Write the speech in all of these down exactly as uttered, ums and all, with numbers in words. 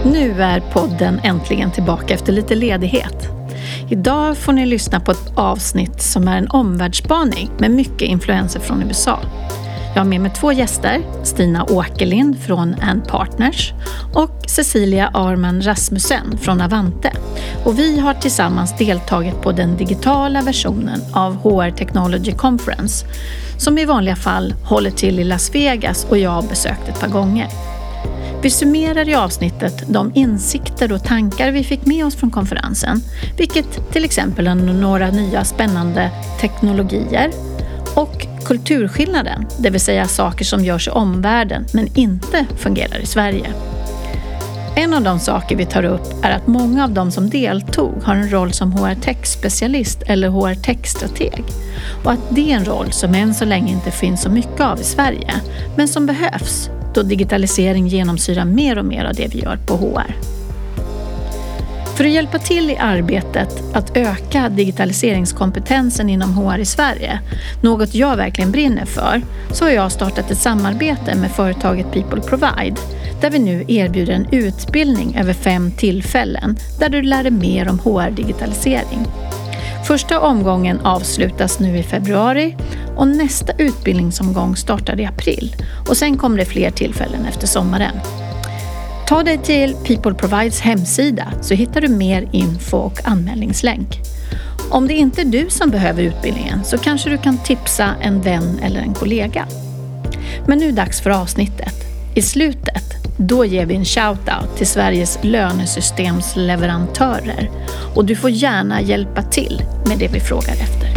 Nu är podden äntligen tillbaka efter lite ledighet. Idag får ni lyssna på ett avsnitt som är en omvärldsspaning med mycket influenser från U S A. Jag har med mig två gäster, Stina Åkerlind från And Partners och Cecilia Arman Rasmussen från Avante. Och vi har tillsammans deltagit på den digitala versionen av H R Technology Conference som i vanliga fall håller till i Las Vegas och jag har besökt ett par gånger. Vi summerar i avsnittet de insikter och tankar vi fick med oss från konferensen, vilket till exempel är några nya spännande teknologier och kulturskillnaden, det vill säga saker som görs i omvärlden men inte fungerar i Sverige. En av de saker vi tar upp är att många av de som deltog har en roll som H R-tech-specialist eller H R-tech-strateg och att det är en roll som än så länge inte finns så mycket av i Sverige men som behövs då digitalisering genomsyrar mer och mer av det vi gör på H R. För att hjälpa till i arbetet att öka digitaliseringskompetensen inom H R i Sverige, något jag verkligen brinner för, så har jag startat ett samarbete med företaget People Provide, där vi nu erbjuder en utbildning över fem tillfällen där du lär dig mer om H R-digitalisering. Första omgången avslutas nu i februari och nästa utbildningsomgång startar i april och sen kommer det fler tillfällen efter sommaren. Ta dig till People Provides hemsida så hittar du mer info och anmälningslänk. Om det inte är du som behöver utbildningen så kanske du kan tipsa en vän eller en kollega. Men nu är det dags för avsnittet. I slutet, då ger vi en shoutout till Sveriges lönesystemsleverantörer och du får gärna hjälpa till med det vi frågar efter.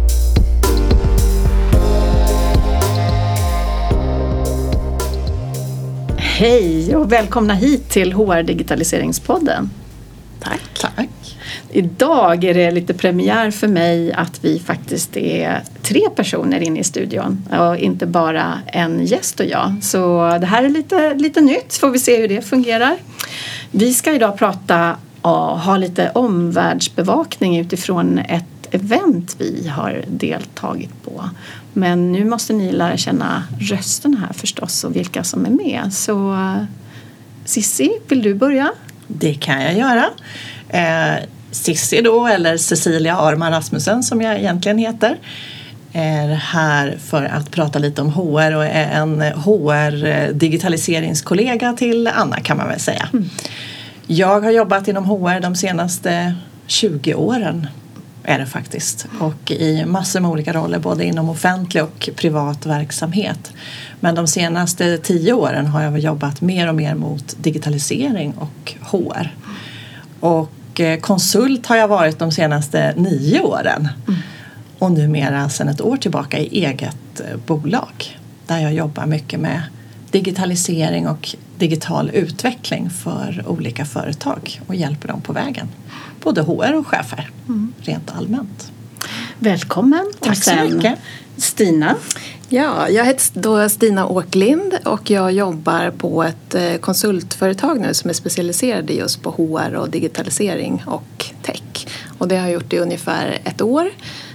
Hej och välkomna hit till H R-digitaliseringspodden. Tack. Tack. Idag är det lite premiär för mig att vi faktiskt är tre personer inne i studion och inte bara en gäst och jag. Så det här är lite, lite nytt, får vi se hur det fungerar. Vi ska idag prata och ha lite omvärldsbevakning utifrån ett event vi har deltagit på. Men nu måste ni lära känna rösten här förstås och vilka som är med. Så Cissi, vill du börja? Det kan jag göra. Eh, Cissi då, eller Cecilia Arman Rasmussen som jag egentligen heter, är här för att prata lite om H R och är en H R-digitaliseringskollega till Anna kan man väl säga. Mm. Jag har jobbat inom H R de senaste tjugo åren är det faktiskt. Och i massor med olika roller både inom offentlig och privat verksamhet. Men de senaste tio åren har jag jobbat mer och mer mot digitalisering och H R. Och konsult har jag varit de senaste nio åren. Mm. Och numera sedan ett år tillbaka i eget bolag. Där jag jobbar mycket med digitalisering och digital utveckling för olika företag. Och hjälper dem på vägen. Både H R och chefer. Mm. Rent allmänt. Välkommen. Tack så mycket. Stina. Ja, jag heter då Stina Åkerlind och jag jobbar på ett konsultföretag nu som är specialiserade just på H R och digitalisering och tech. Och det har jag gjort i ungefär ett år.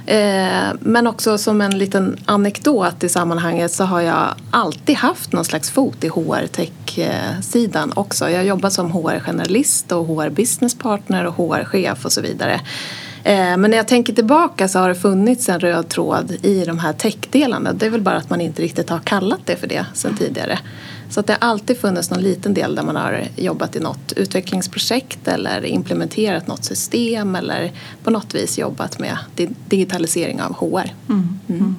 Men också som en liten anekdot i sammanhanget så har jag alltid haft någon slags fot i H R-tech-sidan också. Jag jobbar som H R-generalist och H R-businesspartner och H R-chef och så vidare. Men när jag tänker tillbaka så har det funnits en röd tråd i de här tech-delarna. Det är väl bara att man inte riktigt har kallat det för det sedan tidigare. Så att det har alltid funnits någon liten del där man har jobbat i något utvecklingsprojekt eller implementerat något system eller på något vis jobbat med digitalisering av H R. Mm. Mm.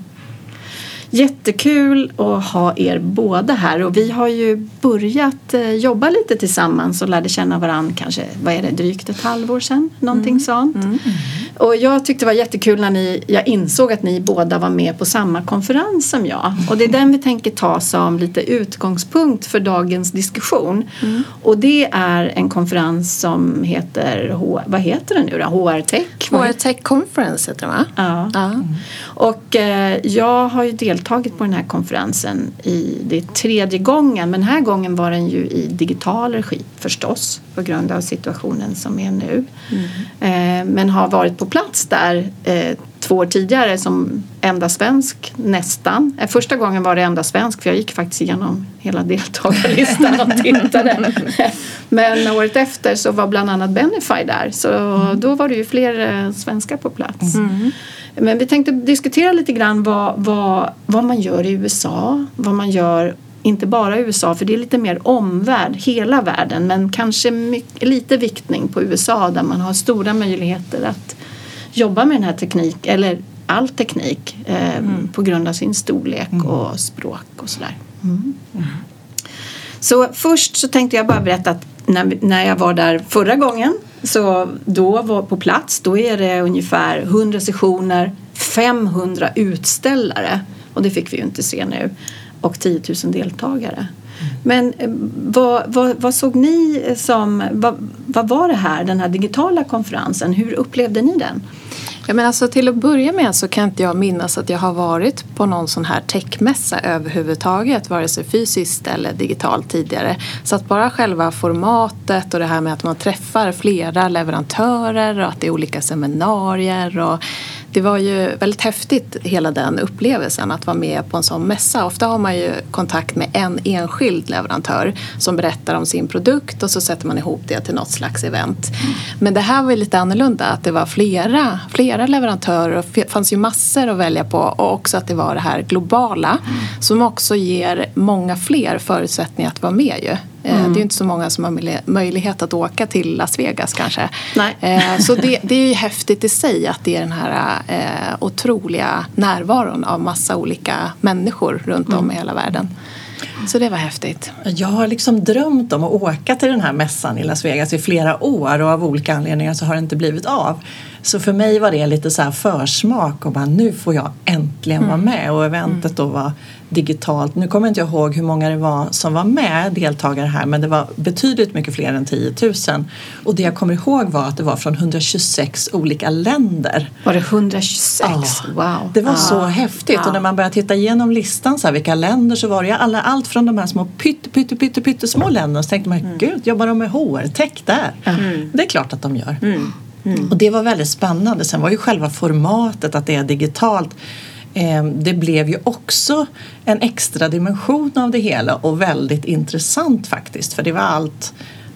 Jättekul att ha er båda här och vi har ju börjat jobba lite tillsammans och lärde känna varandra kanske, vad är det, drygt ett halvår sedan, någonting mm. sånt. Mm. Och jag tyckte det var jättekul när ni, jag insåg att ni båda var med på samma konferens som jag. Och det är den vi tänker ta som lite utgångspunkt för dagens diskussion. Mm. Och det är en konferens som heter, H- vad heter den nu då? H R-tech? H R-tech Conference heter det, va? Ja. ja. Mm. Och eh, jag har ju deltagit på den här konferensen i det tredje gången. Men den här gången var den ju i digital regi förstås. På grund av situationen som är nu. Mm. Eh, men har varit på på plats där eh, två år tidigare som enda svensk nästan. Eh, första gången var det enda svensk för jag gick faktiskt igenom hela deltagarlistan och tittade. Men året efter så var bland annat Benify där så mm. då var det ju fler eh, svenskar på plats. Mm. Men vi tänkte diskutera lite grann vad, vad, vad man gör i U S A, vad man gör inte bara i U S A för det är lite mer omvärld, hela världen men kanske mycket, lite viktning på U S A där man har stora möjligheter att jobba med den här teknik eller all teknik eh, mm. på grund av sin storlek mm. och språk och sådär. Mm. Mm. Så först så tänkte jag bara berätta att när, när jag var där förra gången så då var på plats då är det ungefär hundra sessioner, femhundra utställare och det fick vi ju inte se nu och tio tusen deltagare. Mm. Men vad, vad, vad såg ni som, vad, vad var det här, den här digitala konferensen? Hur upplevde ni den? Ja, men alltså, till att börja med så kan inte jag minnas att jag har varit på någon sån här techmässa överhuvudtaget, vare sig fysiskt eller digitalt tidigare. Så att bara själva formatet och det här med att man träffar flera leverantörer och att det är olika seminarier och det var ju väldigt häftigt hela den upplevelsen att vara med på en sån mässa. Ofta har man ju kontakt med en enskild leverantör som berättar om sin produkt och så sätter man ihop det till något slags event. Mm. Men det här var ju lite annorlunda att det var flera, flera leverantörer och det fanns ju massor att välja på och också att det var det här globala mm. som också ger många fler förutsättningar att vara med ju. Mm. Det är ju inte så många som har möjlighet att åka till Las Vegas kanske. Nej. Så det, det är ju häftigt i sig att det är den här eh, otroliga närvaron av massa olika människor runt om mm. i hela världen. Så det var häftigt. Jag har liksom drömt om att åka till den här mässan i Las Vegas i flera år och av olika anledningar så har det inte blivit av. Så för mig var det lite så här försmak och bara nu får jag äntligen mm. vara med och eventet då var digitalt. Nu kommer inte jag ihåg hur många det var som var med deltagare här men det var betydligt mycket fler än tio tusen. Och det jag kommer ihåg var att det var från hundratjugosex olika länder. Var det hundratjugosex? Ja, wow. Det var ah. så häftigt ah. och när man började titta igenom listan så här, vilka länder så var det alla, allt från de här små pytte, pytte, pytte, pytte små länderna så tänkte man, mm. gud, jobbar de med H R-tech där? Mm. Det är klart att de gör. Mm. Mm. Och det var väldigt spännande. Sen var ju själva formatet att det är digitalt. Eh, det blev ju också en extra dimension av det hela och väldigt intressant faktiskt. För det var allt,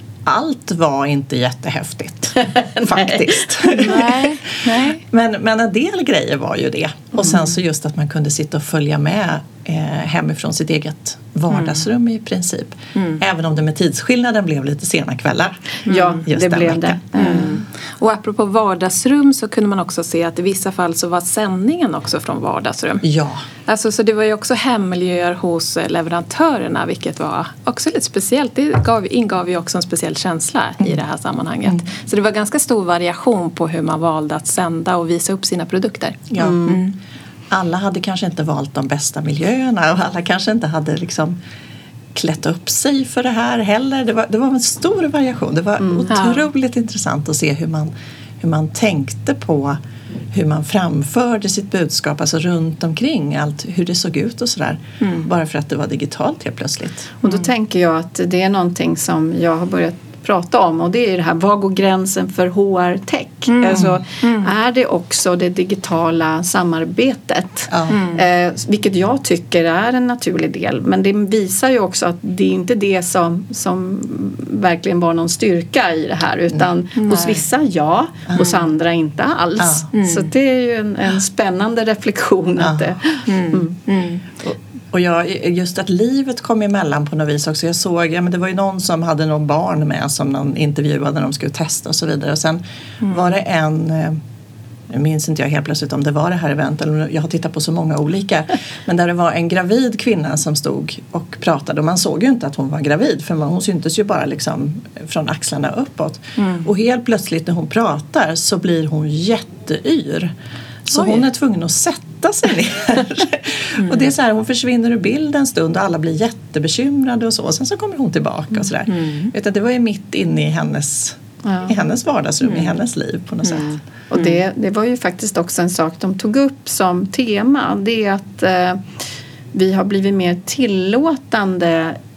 allt var inte jättehäftigt faktiskt. Nej, nej. Men, men en del grejer var ju det. Och sen så just att man kunde sitta och följa med eh, hemifrån sitt eget vardagsrum mm. i princip. Mm. Även om det med tidsskillnaden blev lite sena kvällar. Mm. Ja, just det blev det. Mm. Mm. Och apropå vardagsrum så kunde man också se att i vissa fall så var sändningen också från vardagsrum. Ja. Alltså, så det var ju också hemmiljöer hos leverantörerna vilket var också lite speciellt. Det gav, ingav ju också en speciell känsla mm. i det här sammanhanget. Mm. Så det var ganska stor variation på hur man valde att sända och visa upp sina produkter. Ja. Mm. Alla hade kanske inte valt de bästa miljöerna och alla kanske inte hade liksom klätt upp sig för det här heller. Det var, det var en stor variation. Det var mm. otroligt ja. intressant att se hur man, hur man tänkte på hur man framförde sitt budskap, alltså runt omkring allt, hur det såg ut och sådär. Mm. Bara för att det var digitalt helt plötsligt. Och då mm. tänker jag att det är någonting som jag har börjat prata om och det är det här, vad går gränsen för H R-tech? Mm. Alltså, mm. är det också det digitala samarbetet? Mm. Eh, vilket jag tycker är en naturlig del. Men det visar ju också att det är inte det som, som verkligen var någon styrka i det här. Utan mm. hos vissa ja, mm. hos andra inte alls. Mm. Så det är ju en, en spännande reflektion. Att det, mm. Mm. Och, Och jag, just att livet kom emellan på något vis också. Jag såg, ja men det var ju någon som hade någon barn med som någon intervjuade när de skulle testa och så vidare. Och sen mm. var det en, nu minns inte jag helt plötsligt om det var det här eventet. Jag har tittat på så många olika. Men där det var en gravid kvinna som stod och pratade. Och man såg ju inte att hon var gravid. För man, hon syntes ju bara liksom från axlarna uppåt. Mm. Och helt plötsligt när hon pratar så blir hon jätteyr. Så Oj. hon är tvungen att sätta sig ner. Mm. Och det är så här, hon försvinner ur bilden en stund och alla blir jättebekymrade och så. Och sen så kommer hon tillbaka och sådär. Mm. Utan det var ju mitt inne i hennes, ja. i hennes vardagsrum, mm. i hennes liv på något mm. sätt. Och det, det var ju faktiskt också en sak de tog upp som tema. Det är att eh, vi har blivit mer tillåtande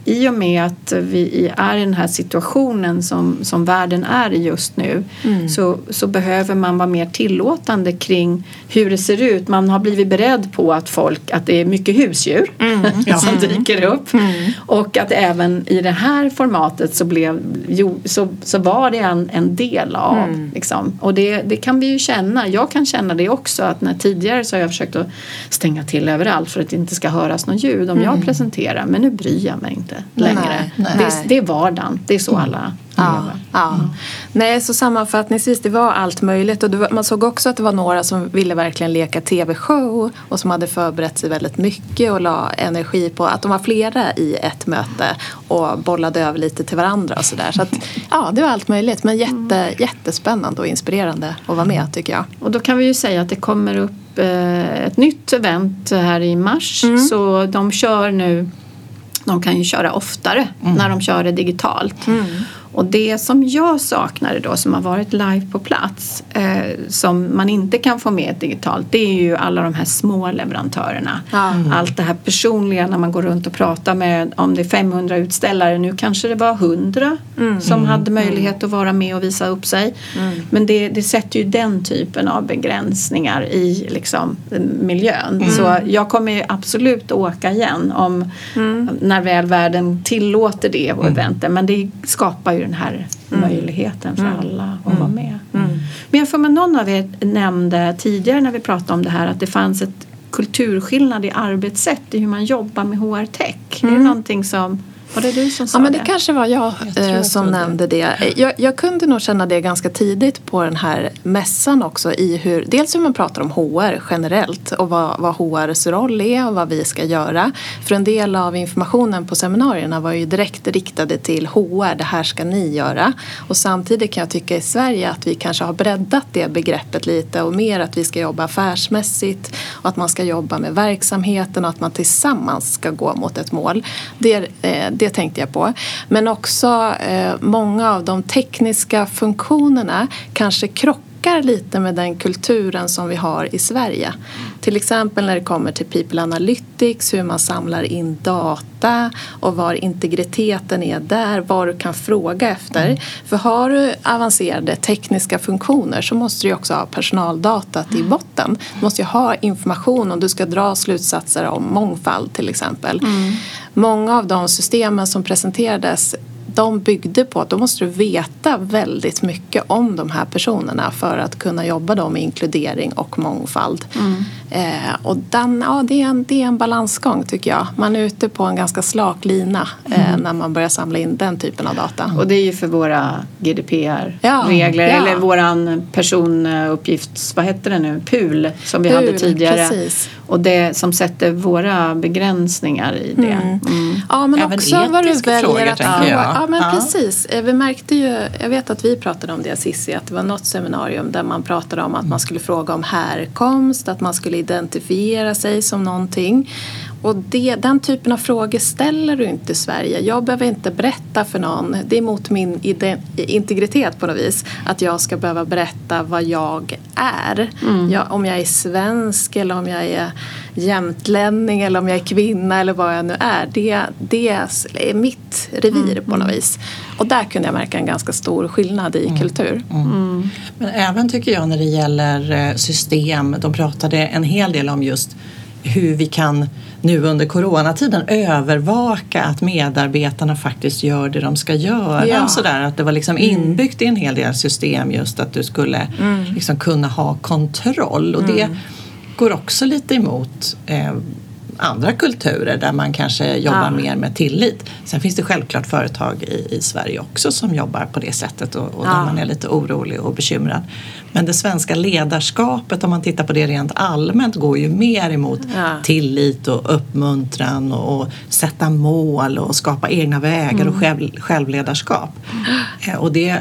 i och med att vi är i den här situationen som, som världen är i just nu mm. så, så behöver man vara mer tillåtande kring hur det ser ut. Man har blivit beredd på att folk, att det är mycket husdjur mm. som dyker upp mm. och att även i det här formatet så, blev, jo, så, så var det en, en del av mm. liksom. Och det, det kan vi ju känna. Jag kan känna det också, att när tidigare så har jag försökt att stänga till överallt för att det inte ska höras någon ljud om mm. jag presenterar, men nu bryr jag mig inte längre. Nej, nej. Det, är, det är vardagen, det är så alla mm. Ja, ja. Mm. Nej, så sammanfattningsvis, det var allt möjligt och det var, man såg också att det var några som ville verkligen leka tv-show och som hade förberett sig väldigt mycket och la energi på att de var flera i ett möte och bollade över lite till varandra och sådär. Så att ja, det var allt möjligt, men jätte, jättespännande och inspirerande att vara med, tycker jag. Och då kan vi ju säga att det kommer upp eh, ett nytt event här i mars, mm. så de kör nu. De kan ju köra oftare mm. när de kör det digitalt. Mm. Och det som jag saknade då, som har varit live på plats, eh, som man inte kan få med digitalt, det är ju alla de här små leverantörerna. Mm. Allt det här personliga när man går runt och pratar med, om det är femhundra utställare, nu kanske det var hundra mm. som mm. hade möjlighet att vara med och visa upp sig. Mm. Men det, det sätter ju den typen av begränsningar i liksom, miljön. Mm. Så jag kommer absolut åka igen om, mm. när väl världen tillåter det och eventen. Men det skapar ju den här mm. möjligheten för mm. alla att mm. vara med. Mm. Men jag får med någon av er nämnde tidigare när vi pratade om det här att det fanns ett kulturskillnad i arbetssätt i hur man jobbar med H R-tech. Mm. Är det någonting som... Var det du som sa ja, men det? Det kanske var jag, jag eh, som nämnde det. det. Jag, jag kunde nog känna det ganska tidigt på den här mässan också. I hur, dels hur man pratar om H R generellt och vad, vad H R:s roll är och vad vi ska göra. För en del av informationen på seminarierna var ju direkt riktade till H R. Det här ska ni göra. Och samtidigt kan jag tycka i Sverige att vi kanske har breddat det begreppet lite. Och mer att vi ska jobba affärsmässigt. Och att man ska jobba med verksamheten och att man tillsammans ska gå mot ett mål. Det är eh, Det tänkte jag på. Men också eh, många av de tekniska funktionerna kanske krockar lite med den kulturen som vi har i Sverige. Till exempel när det kommer till People Analytics, hur man samlar in data och var integriteten är där, vad du kan fråga efter. Mm. För har du avancerade tekniska funktioner så måste du också ha personaldata i botten. Du måste ju ha information om du ska dra slutsatser om mångfald till exempel. Mm. Många av de systemen som presenterades, de byggde på att då måste du veta väldigt mycket om de här personerna för att kunna jobba då med inkludering och mångfald. Mm. Eh, och den, ja, det, är en, det är en balansgång tycker jag. Man är ute på en ganska slak lina eh, mm. när man börjar samla in den typen av data. Och det är ju för våra G D P R-regler ja, ja. eller våran personuppgifts, vad heter det nu, P U L som vi P U L, hade tidigare. Precis. Och det som sätter våra begränsningar i det. Mm. Mm. Ja, men även också vad du väljer att få. Ja, men ja. precis. Vi märkte ju, jag vet att vi pratade om det Cissi, att det var något seminarium där man pratade om att man skulle fråga om härkomst, att man skulle identifiera sig som någonting. Och det, den typen av frågor ställer du inte i Sverige. Jag behöver inte berätta för någon. Det är mot min ide- integritet på något vis. Att jag ska behöva berätta vad jag är. Mm. Jag, om jag är svensk eller om jag är jämtlänning eller om jag är kvinna eller vad jag nu är. Det, det är mitt revir mm. på något vis. Och där kunde jag märka en ganska stor skillnad i mm. kultur. Mm. Mm. Men även tycker jag när det gäller system. De pratade en hel del om just hur vi kan nu under coronatiden övervaka att medarbetarna faktiskt gör det de ska göra. Ja. Så där, att det var liksom inbyggt i en hel del system just att du skulle mm. liksom kunna ha kontroll. Och det mm. går också lite emot eh, andra kulturer där man kanske jobbar ja. mer med tillit. Sen finns det självklart företag i, i Sverige också som jobbar på det sättet och, och ja. där man är lite orolig och bekymrad. Men det svenska ledarskapet, om man tittar på det rent allmänt, går ju mer emot ja. tillit och uppmuntran och, och sätta mål och skapa egna vägar mm. och själv, självledarskap. Mm. Och det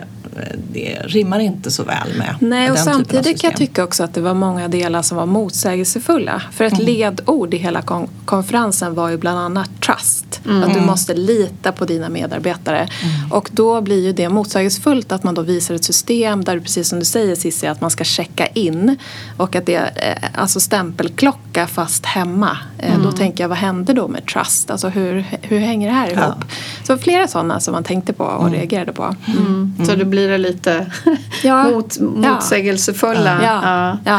det rimmar inte så väl med Nej, och den samtidigt kan jag tycka också att det var många delar som var motsägelsefulla. För ett mm. ledord i hela kon- konferensen var ju bland annat trust. Mm. Att du måste lita på dina medarbetare. Mm. Och då blir ju det motsägelsefullt att man då visar ett system där du, precis som du säger Cissi, att man ska checka in. Och att det är alltså stämpelklocka fast hemma. Mm. Då tänker jag, vad händer då med trust? Alltså hur, hur hänger det här ihop? Ja. Så flera sådana som man tänkte på och mm. reagerade på. Mm. Mm. Så då blir det lite ja. mot, motsägelsefulla. Ja. Ja. Ja.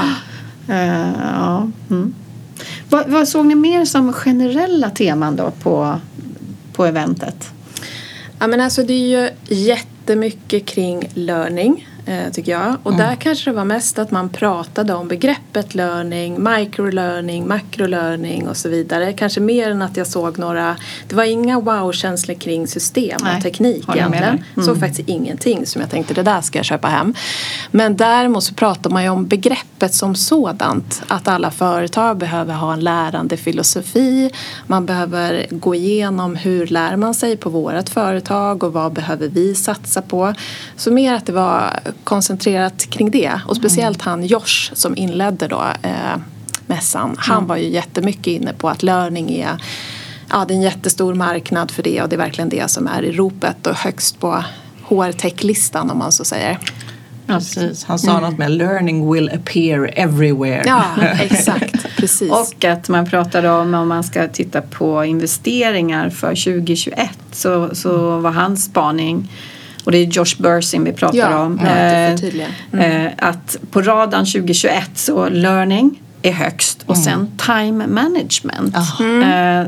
Uh, ja. Mm. Vad, vad såg ni mer som generella teman då på, på eventet? Ja, men alltså det är ju jättemycket kring learning. Tycker jag. Och mm. där kanske det var mest att man pratade om begreppet learning, microlearning, macrolearning och så vidare. Kanske mer än att jag såg några, det var inga wow-känslor kring system Nej, och teknik egentligen. Mm. Så faktiskt ingenting som jag tänkte, det där ska jag köpa hem. Men däremot så pratar man ju om begreppet som sådant. Att alla företag behöver ha en lärande filosofi. Man behöver gå igenom hur lär man sig på vårt företag och vad behöver vi satsa på. Så mer att det var koncentrerat kring det. Och speciellt han Josh som inledde då eh, mässan. Han mm. var ju jättemycket inne på att learning är, ja, det är en jättestor marknad för det. Och det är verkligen det som är i ropet och högst på H R-tech-listan om man så säger. Precis. Han sa mm. något med learning will appear everywhere. Ja, exakt. Precis. Och att man pratade om, om man ska titta på investeringar för tjugo tjugoett så, så var hans spaning, och det är Josh Bersin vi pratar ja, om. Ja, eh, mm. eh, att på radarn tjugo tjugoett så learning är högst och mm. sen time management. Mm. Eh,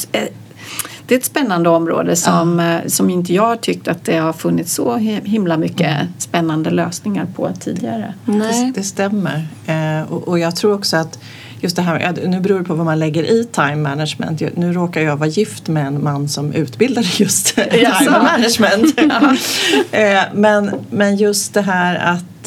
det är ett spännande område som, ja. som inte jag har tyckt att det har funnits så himla mycket mm. spännande lösningar på tidigare. Nej. Det, det stämmer. Eh, och, och jag tror också att just det här, nu beror det på vad man lägger i time management. Nu råkar jag vara gift med en man som utbildade just time management. Ja. men, men just det här att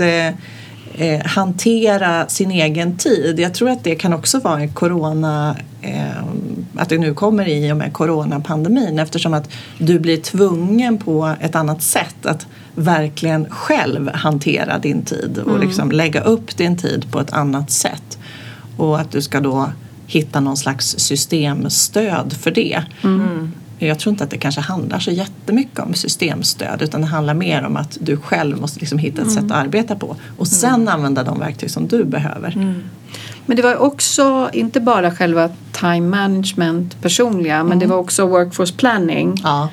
eh, hantera sin egen tid. Jag tror att det kan också vara en corona, eh, att det nu kommer i och med coronapandemin. Eftersom att du blir tvungen på ett annat sätt att verkligen själv hantera din tid. Och mm. liksom lägga upp din tid på ett annat sätt. Och att du ska då hitta någon slags systemstöd för det. Mm. Jag tror inte att det kanske handlar så jättemycket om systemstöd. Utan det handlar mer om att du själv måste liksom hitta ett mm. sätt att arbeta på. Och sen mm. använda de verktyg som du behöver. Mm. Men det var också inte bara själva time management personliga. Mm. Men det var också workforce planning. Ja.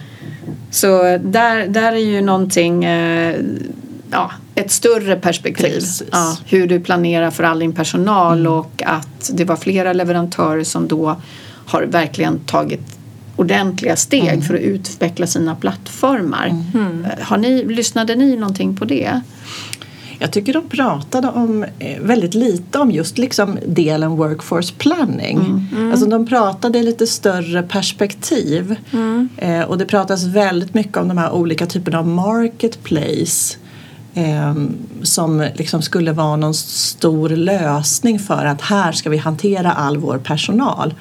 Så där, där är ju någonting... Eh, ja, ett större perspektiv. Ja, hur du planerar för all din personal mm. och att det var flera leverantörer som då har verkligen tagit ordentliga steg mm. för att utveckla sina plattformar. Mm. Har ni, lyssnade ni någonting på det? Jag tycker de pratade om väldigt lite om just liksom delen workforce planning. Mm. Mm. Alltså de pratade i lite större perspektiv. Mm. Eh, och det pratas väldigt mycket om de här olika typerna av marketplace. Eh, som liksom skulle vara någon stor lösning för att här ska vi hantera all vår personal.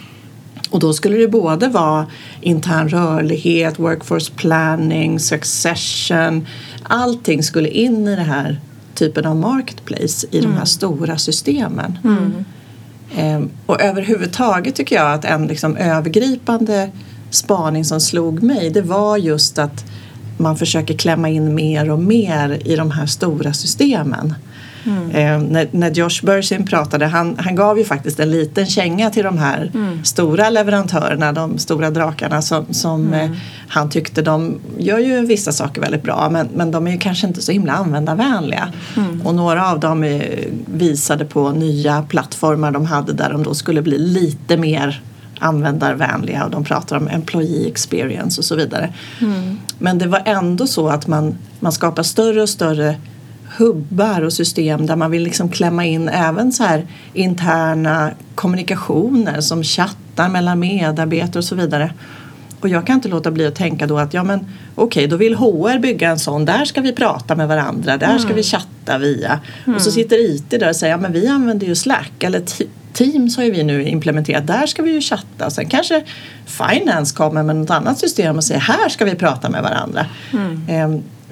Och då skulle det både vara intern rörlighet, workforce planning, succession. Allting skulle in i det här typen av marketplace i mm. de här stora systemen. Mm. Eh, och överhuvudtaget tycker jag att en liksom övergripande spaning som slog mig, det var just att man försöker klämma in mer och mer i de här stora systemen. Mm. Eh, när, när Josh Bersin pratade, han, han gav ju faktiskt en liten känga till de här mm. stora leverantörerna, de stora drakarna som, som mm. eh, han tyckte de gör ju vissa saker väldigt bra, men, men de är ju kanske inte så himla användarvänliga. Mm. Och några av dem eh, visade på nya plattformar de hade där de då skulle bli lite mer användarvänliga, och de pratar om employee experience och så vidare. Mm. Men det var ändå så att man, man skapar större och större hubbar och system där man vill liksom klämma in även så här interna kommunikationer som chattar mellan medarbetare och så vidare. Och jag kan inte låta bli att tänka då att ja men okej, okay, då vill H R bygga en sån, där ska vi prata med varandra, där ska mm. vi chatta via. Mm. Och så sitter I T där och säger ja men vi använder ju Slack eller t- Teams har ju vi nu implementerat, där ska vi ju chatta. Och sen kanske Finance kommer med något annat system och säger här ska vi prata med varandra. Mm.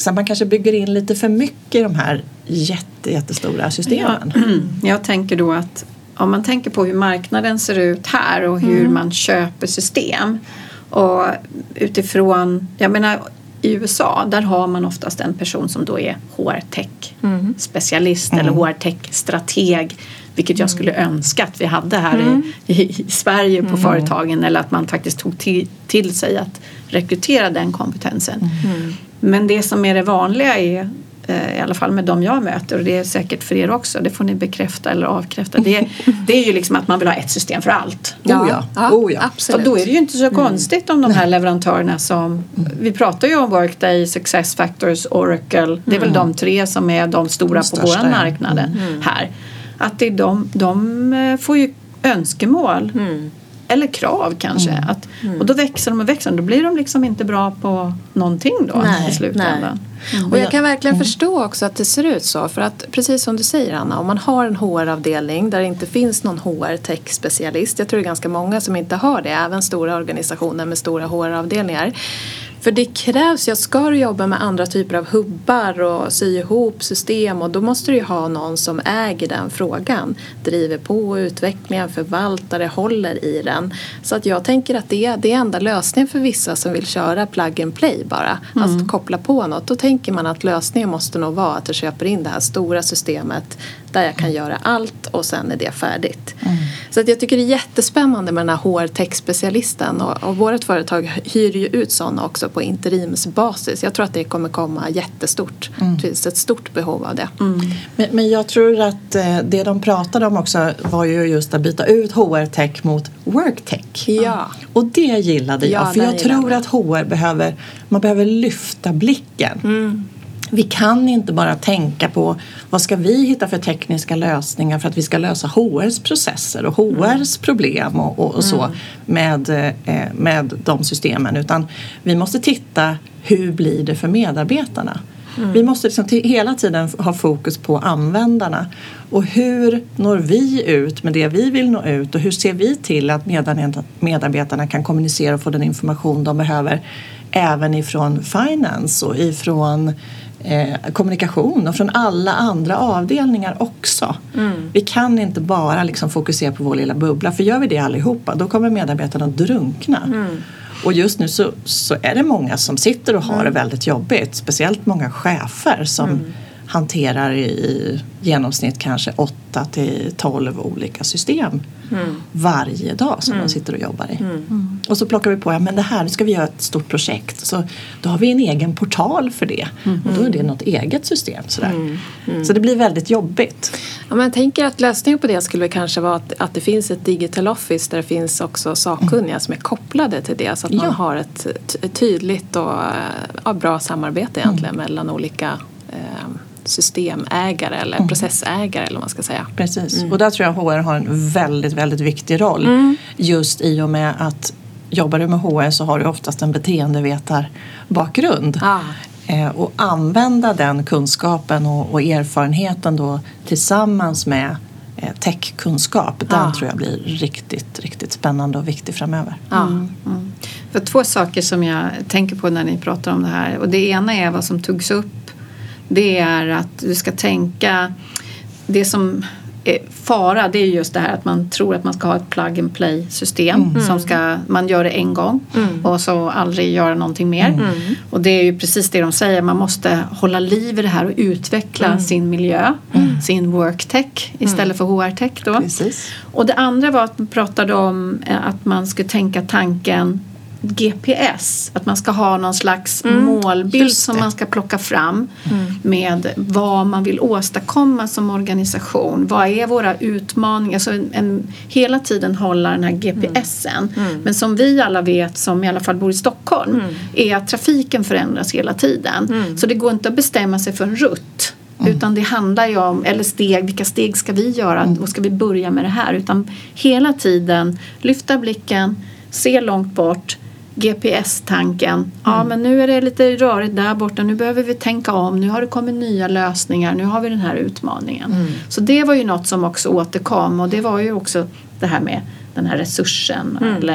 Så att man kanske bygger in lite för mycket i de här jätte, jättestora systemen. Ja, jag tänker då att om man tänker på hur marknaden ser ut här och hur mm. man köper system och utifrån, jag menar i U S A där har man oftast en person som då är H R-tech mm. specialist mm. eller H R-tech-strateg, vilket jag skulle önska att vi hade här mm. i, i Sverige på mm. företagen, eller att man faktiskt tog till, till sig att rekrytera den kompetensen. Mm. Men det som är det vanliga är, i alla fall med de jag möter, och det är säkert för er också, det får ni bekräfta eller avkräfta, det är, det är ju liksom att man vill ha ett system för allt. Ja, oh ja. Ja, oh ja. Absolut. Och då är det ju inte så konstigt om de här leverantörerna som, vi pratar ju om Workday, SuccessFactors, Oracle, det är väl de tre som är de stora de på vår marknad mm. här. Att det är de, de får ju önskemål mm. eller krav kanske. Mm. Att, och då växer de och växer. Då blir de liksom inte bra på någonting då nej, i slutändan. Mm. Och jag kan verkligen mm. förstå också att det ser ut så. För att precis som du säger Anna, om man har en H R-avdelning där det inte finns någon H R-tech-specialist. Jag tror det är ganska många som inte har det. Även stora organisationer med stora H R-avdelningar. För det krävs, jag ska du jobba med andra typer av hubbar och sy ihop system, och då måste du ju ha någon som äger den frågan, driver på utvecklingen, förvaltare, håller i den. Så att jag tänker att det är, det är enda lösningen för vissa som vill köra plug and play bara, mm. alltså koppla på något. Då tänker man att lösningen måste nog vara att jag köper in det här stora systemet där jag kan göra allt och sen är det färdigt. Mm. Så att jag tycker det är jättespännande med den här H R-tech-specialisten, och, och vårt företag hyr ju ut sådana också på interimsbasis. Jag tror att det kommer komma jättestort. Mm. Det finns ett stort behov av det. Mm. Men, men jag tror att eh, det de pratade om också var ju just att byta ut H R-tech mot work-tech. Ja. Och det gillade jag. Ja, för jag tror att H R behöver, man behöver lyfta blicken. Mm. Vi kan inte bara tänka på vad ska vi hitta för tekniska lösningar för att vi ska lösa H R:s processer och H R:s mm. problem och, och, och så mm. med, eh, med de systemen. Utan vi måste titta, hur blir det för medarbetarna? Mm. Vi måste liksom t- hela tiden ha fokus på användarna. Och hur når vi ut med det vi vill nå ut? Och hur ser vi till att medarbetarna kan kommunicera och få den information de behöver även ifrån finance och ifrån Eh, kommunikation och från alla andra avdelningar också. Mm. Vi kan inte bara liksom fokusera på vår lilla bubbla, för gör vi det allihopa då kommer medarbetarna att drunkna. Mm. Och just nu så, så är det många som sitter och har mm. det väldigt jobbigt, speciellt många chefer som mm. hanterar i, i genomsnitt kanske åtta till tolv olika system mm. varje dag som mm. de sitter och jobbar i. Mm. Mm. Och så plockar vi på, ja men det här, nu ska vi göra ett stort projekt. Så då har vi en egen portal för det. Mm. Och då är det något eget system. Sådär. Mm. Mm. Så det blir väldigt jobbigt. Ja, men jag tänker att lösningen på det skulle kanske vara att, att det finns ett digital office där det finns också sakkunniga mm. som är kopplade till det. Så att man ja. har ett, ett tydligt och ja, bra samarbete egentligen mm. mellan olika eh, systemägare eller mm. processägare eller vad man ska säga. Precis, mm. och där tror jag H R har en väldigt, väldigt viktig roll. Mm. Just i och med att jobbar du med H R så har du oftast en beteendevetarbakgrund. Ah. Eh, och använda den kunskapen och, och erfarenheten då tillsammans med eh, techkunskap. Den ah. tror jag blir riktigt, riktigt spännande och viktig framöver. Ah. Mm. Mm. För två saker som jag tänker på när ni pratar om det här. Och det ena är vad som togs upp. Det är att du ska tänka, det som är fara, det är just det här att man tror att man ska ha ett plug and play system mm. som ska, man gör det en gång mm. och så aldrig göra någonting mer. Mm. Och det är ju precis det de säger, man måste hålla liv i det här och utveckla mm. sin miljö, mm. sin work-tech istället mm. för H R-tech då. Precis. Och det andra var att man pratade om att man skulle tänka tanken G P S, att man ska ha någon slags mm, målbild som man ska plocka fram mm. med vad man vill åstadkomma som organisation. Vad är våra utmaningar? Alltså en, en, hela tiden hålla den här G P S'en. Mm. Men som vi alla vet, som i alla fall bor i Stockholm, mm. är att trafiken förändras hela tiden. Mm. Så det går inte att bestämma sig för en rutt. Mm. Utan det handlar ju om, eller steg, vilka steg ska vi göra? Mm. Och ska vi börja med det här? Utan hela tiden lyfta blicken, se långt bort, G P S-tanken. Mm. Ja, men nu är det lite rörigt där borta. Nu behöver vi tänka om. Nu har det kommit nya lösningar. Nu har vi den här utmaningen. Mm. Så det var ju något som också återkom. Och det var ju också det här med den här resursen. Mm. Eller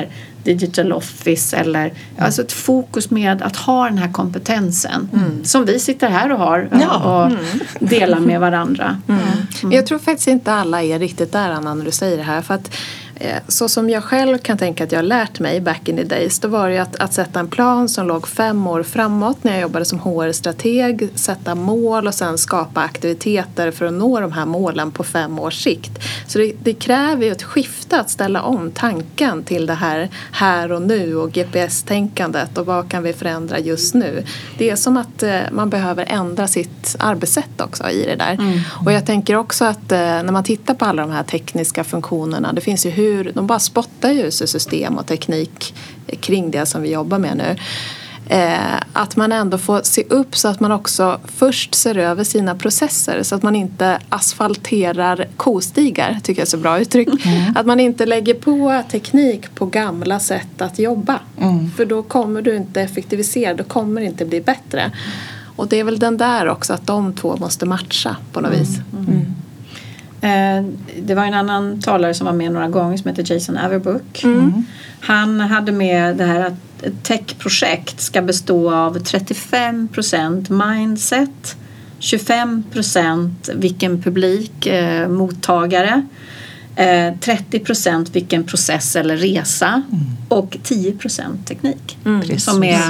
digital office eller mm. alltså ett fokus med att ha den här kompetensen mm. som vi sitter här och har ja. och mm. delar med varandra. Mm. Mm. Jag tror faktiskt inte alla är riktigt där, Anna, när du säger det här, för att så som jag själv kan tänka att jag har lärt mig back in the days, då var det att, att sätta en plan som låg fem år framåt när jag jobbade som H R-strateg, sätta mål och sen skapa aktiviteter för att nå de här målen på fem års sikt. Så det, det kräver ju ett skifte att ställa om tanken till det här här och nu och G P S-tänkandet och vad kan vi förändra just nu. Det är som att eh, man behöver ändra sitt arbetssätt också i det där. Mm. Och jag tänker också att eh, när man tittar på alla de här tekniska funktionerna, det finns ju hur Hur, de bara spottar ju system och teknik kring det som vi jobbar med nu. Eh, att man ändå får se upp så att man också först ser över sina processer så att man inte asfalterar kostigar, tycker jag är så bra uttryck. Mm. Att man inte lägger på teknik på gamla sätt att jobba. Mm. För då kommer du inte effektivisera, då kommer det inte bli bättre. Och det är väl den där också, att de två måste matcha på något mm. vis. Mm. Mm. Det var en annan talare som var med några gånger som heter Jason Averbook. Mm. Han hade med det här att ett techprojekt ska bestå av trettiofem procent mindset, tjugofem procent vilken publik, eh, mottagare, eh, trettio procent vilken process eller resa mm. och tio procent teknik mm. som är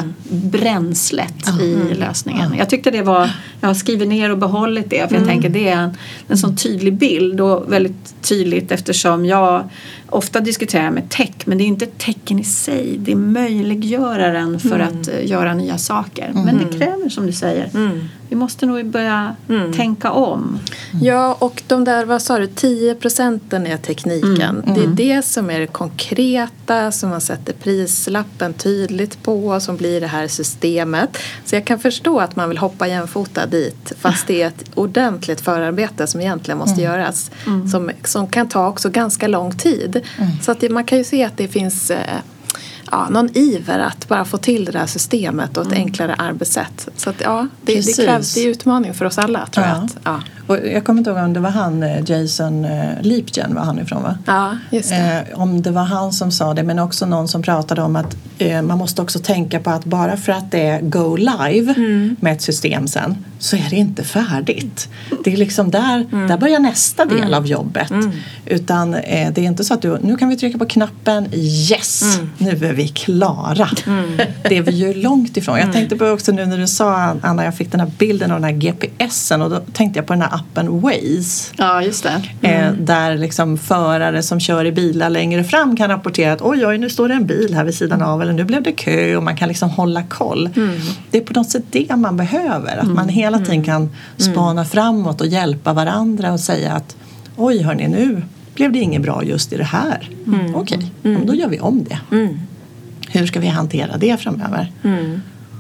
bränslet mm. i lösningen. Jag tyckte det var, jag har skrivit ner och behållit det för jag mm. tänker det är en, en sån tydlig bild och väldigt tydligt eftersom jag ofta diskuterar med tech, men det är inte techen i sig, det är möjliggöraren för mm. att uh, göra nya saker. Mm. Men det kräver, som du säger, mm. vi måste nog börja mm. tänka om. Ja, och de där, vad sa du, tio procenten är tekniken. Mm. Mm. Det är det som är det konkreta, som man sätter prislappen tydligt på, som blir det här systemet. Så jag kan förstå att man vill hoppa jämfota dit, fast det är ett ordentligt förarbete som egentligen måste mm. göras. Mm. Som, som kan ta också ganska lång tid. Mm. Så att det, man kan ju se att det finns eh, ja, någon iver att bara få till det där systemet och ett mm. enklare arbetssätt. Så att ja, det, det krävs, det är utmaning för oss alla, tror ja. jag. Att, ja. Och jag kommer inte ihåg om det var han, Jason Lipgen var han ifrån, va? Ja, just det. Eh, om det var han som sa det, men också någon som pratade om att eh, man måste också tänka på att bara för att det är go live mm. med ett system sen, så är det inte färdigt. Det är liksom där, mm. där börjar nästa del mm. av jobbet. Mm. Utan eh, det är inte så att du, nu kan vi trycka på knappen, yes, mm. nu är vi klara. Mm. Det är vi ju långt ifrån. Jag mm. tänkte på också nu när du sa, Anna, jag fick den här bilden av den här G P S'en och då tänkte jag på den här appen Waze. Ja, just det. Mm. Eh, där liksom förare som kör i bilar längre fram kan rapportera att oj, oj, nu står det en bil här vid sidan av, eller nu blev det kö, och man kan liksom hålla koll. Mm. Det är på något sätt det man behöver. Att mm. man hela tiden kan spana framåt och hjälpa varandra och säga att oj, hörni, nu blev det inget bra just i det här. Mm. Okej, mm. då gör vi om det. Mm. Hur ska vi hantera det framöver? Mm.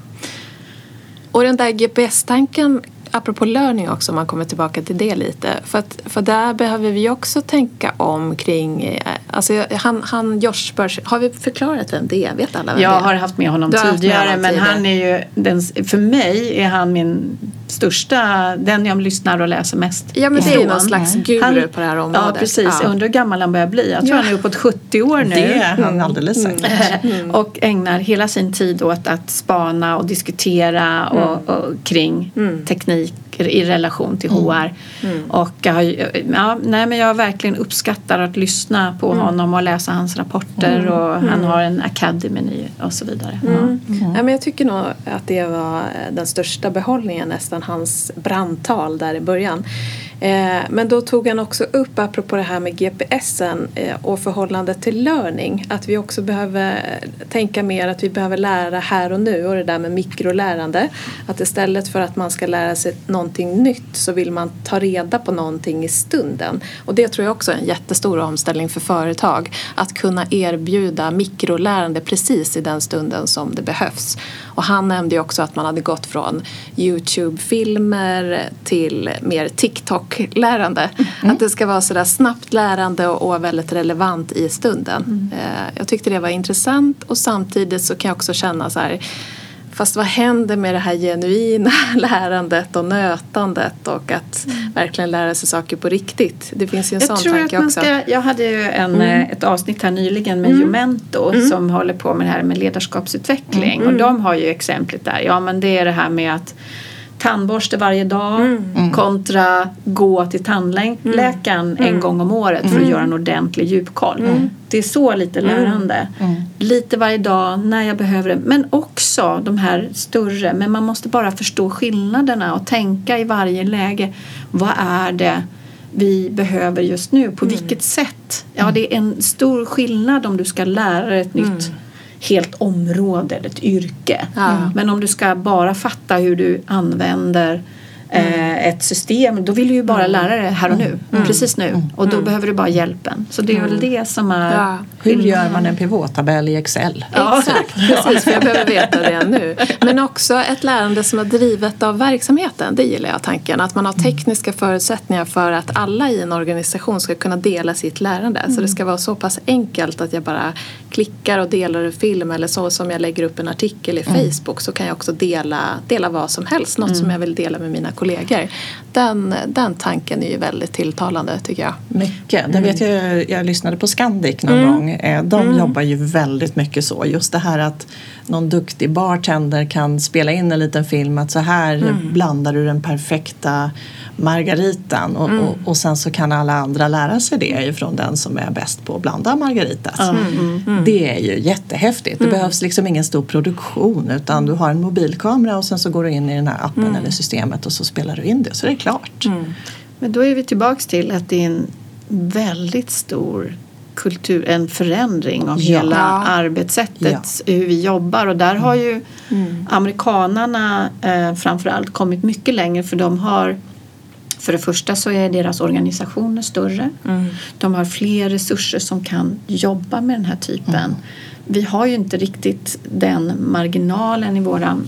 Och den där G P S-tanken, apropå learning också, om man kommer tillbaka till det lite. För, att, för där behöver vi också tänka om kring, alltså han, han Josh Börs, har vi förklarat vem det är? Vet alla vem Jag det är? har haft med honom du tidigare, med honom men tidigare. han är ju, den, för mig är han min största, den jag lyssnar och läser mest. Ja, men det är ju någon slags guru han, på det här området. Ja, precis. Ja. Jag undrar hur gammal han börjar bli. Jag tror ja. han är uppåt sjuttio år nu. Det är han alldeles säkert. Mm. Och ägnar hela sin tid åt att spana och diskutera mm. och, och kring mm. teknik i relation till H R. Mm. Mm. Och jag, har, ja, nej, men jag verkligen uppskattar att lyssna på mm. honom och läsa hans rapporter mm. och han mm. har en academy och så vidare. Mm. Mm. Mm. Ja, men jag tycker nog att det var den största behållningen, nästan hans brandtal där i början. Eh, men då tog han också upp, apropå det här med G P S'en eh, och förhållandet till learning, att vi också behöver tänka mer att vi behöver lära här och nu, och det där med mikrolärande, att istället för att man ska lära sig någonting nytt så vill man ta reda på någonting i stunden. Och det tror jag också är en jättestor omställning för företag, att kunna erbjuda mikrolärande precis i den stunden som det behövs. Och han nämnde ju också att man hade gått från YouTube-filmer till mer TikTok-lärande. Mm. Att det ska vara sådär snabbt lärande och, och väldigt relevant i stunden. Mm. Eh, jag tyckte det var intressant, och samtidigt så kan jag också känna så här, Fast vad händer med det här genuina lärandet och nötandet och att mm. verkligen lära sig saker på riktigt? Det finns ju en jag sån tanke också. Ska, jag hade ju en, mm. ett avsnitt här nyligen med mm. Jumento mm. som håller på med det här med ledarskapsutveckling. Mm. Och de har ju exemplet där. Ja, men det är det här med att tandborste varje dag mm. kontra gå till tandläkaren mm. en gång om året för att mm. göra en ordentlig djupkoll. Mm. Det är så lite lärande. Mm. Lite varje dag när jag behöver det. Men också de här större. Men man måste bara förstå skillnaderna och tänka i varje läge. Vad är det vi behöver just nu? På mm. vilket sätt? Ja, det är en stor skillnad om du ska lära dig ett nytt mm. helt område eller ett yrke. Ja. Men om du ska bara fatta hur du använder mm. eh, ett system, då vill du ju bara mm. lära dig här och nu. Mm. Precis nu. Och då mm. behöver du bara hjälpen. Så det är mm. väl det som är... Ja. Hur gör man en pivottabell i Excel? Ja. Exakt, precis. För jag behöver veta det nu. Men också ett lärande som är drivet av verksamheten. Det gillar jag tanken. Att man har tekniska förutsättningar för att alla i en organisation ska kunna dela sitt lärande. Mm. Så det ska vara så pass enkelt att jag bara klickar och delar en film. Eller så som jag lägger upp en artikel i mm. Facebook, så kan jag också dela, dela vad som helst. Något mm. som jag vill dela med mina kollegor. Den, den tanken är ju väldigt tilltalande, tycker jag. Mycket. Det vet jag, jag lyssnade på Scandic någon mm. gång. De mm. jobbar ju väldigt mycket så. Just det här att någon duktig bartender kan spela in en liten film. Att så här mm. blandar du den perfekta margaritan. Och, mm. och, och sen så kan alla andra lära sig det ifrån den som är bäst på att blanda margaritas. Mm. Mm. Det är ju jättehäftigt. Det mm. behövs liksom ingen stor produktion. Utan du har en mobilkamera och sen så går du in i den här appen mm. eller systemet och så spelar du in det. Så det är klart. Mm. Men då är vi tillbaka till att det är en väldigt stor kultur, en förändring av ja. hela arbetssättet, ja. hur vi jobbar. Och där har ju mm. amerikanarna eh, framförallt kommit mycket längre, för de har, för det första så är deras organisationer större. Mm. De har fler resurser som kan jobba med den här typen. Mm. Vi har ju inte riktigt den marginalen i våra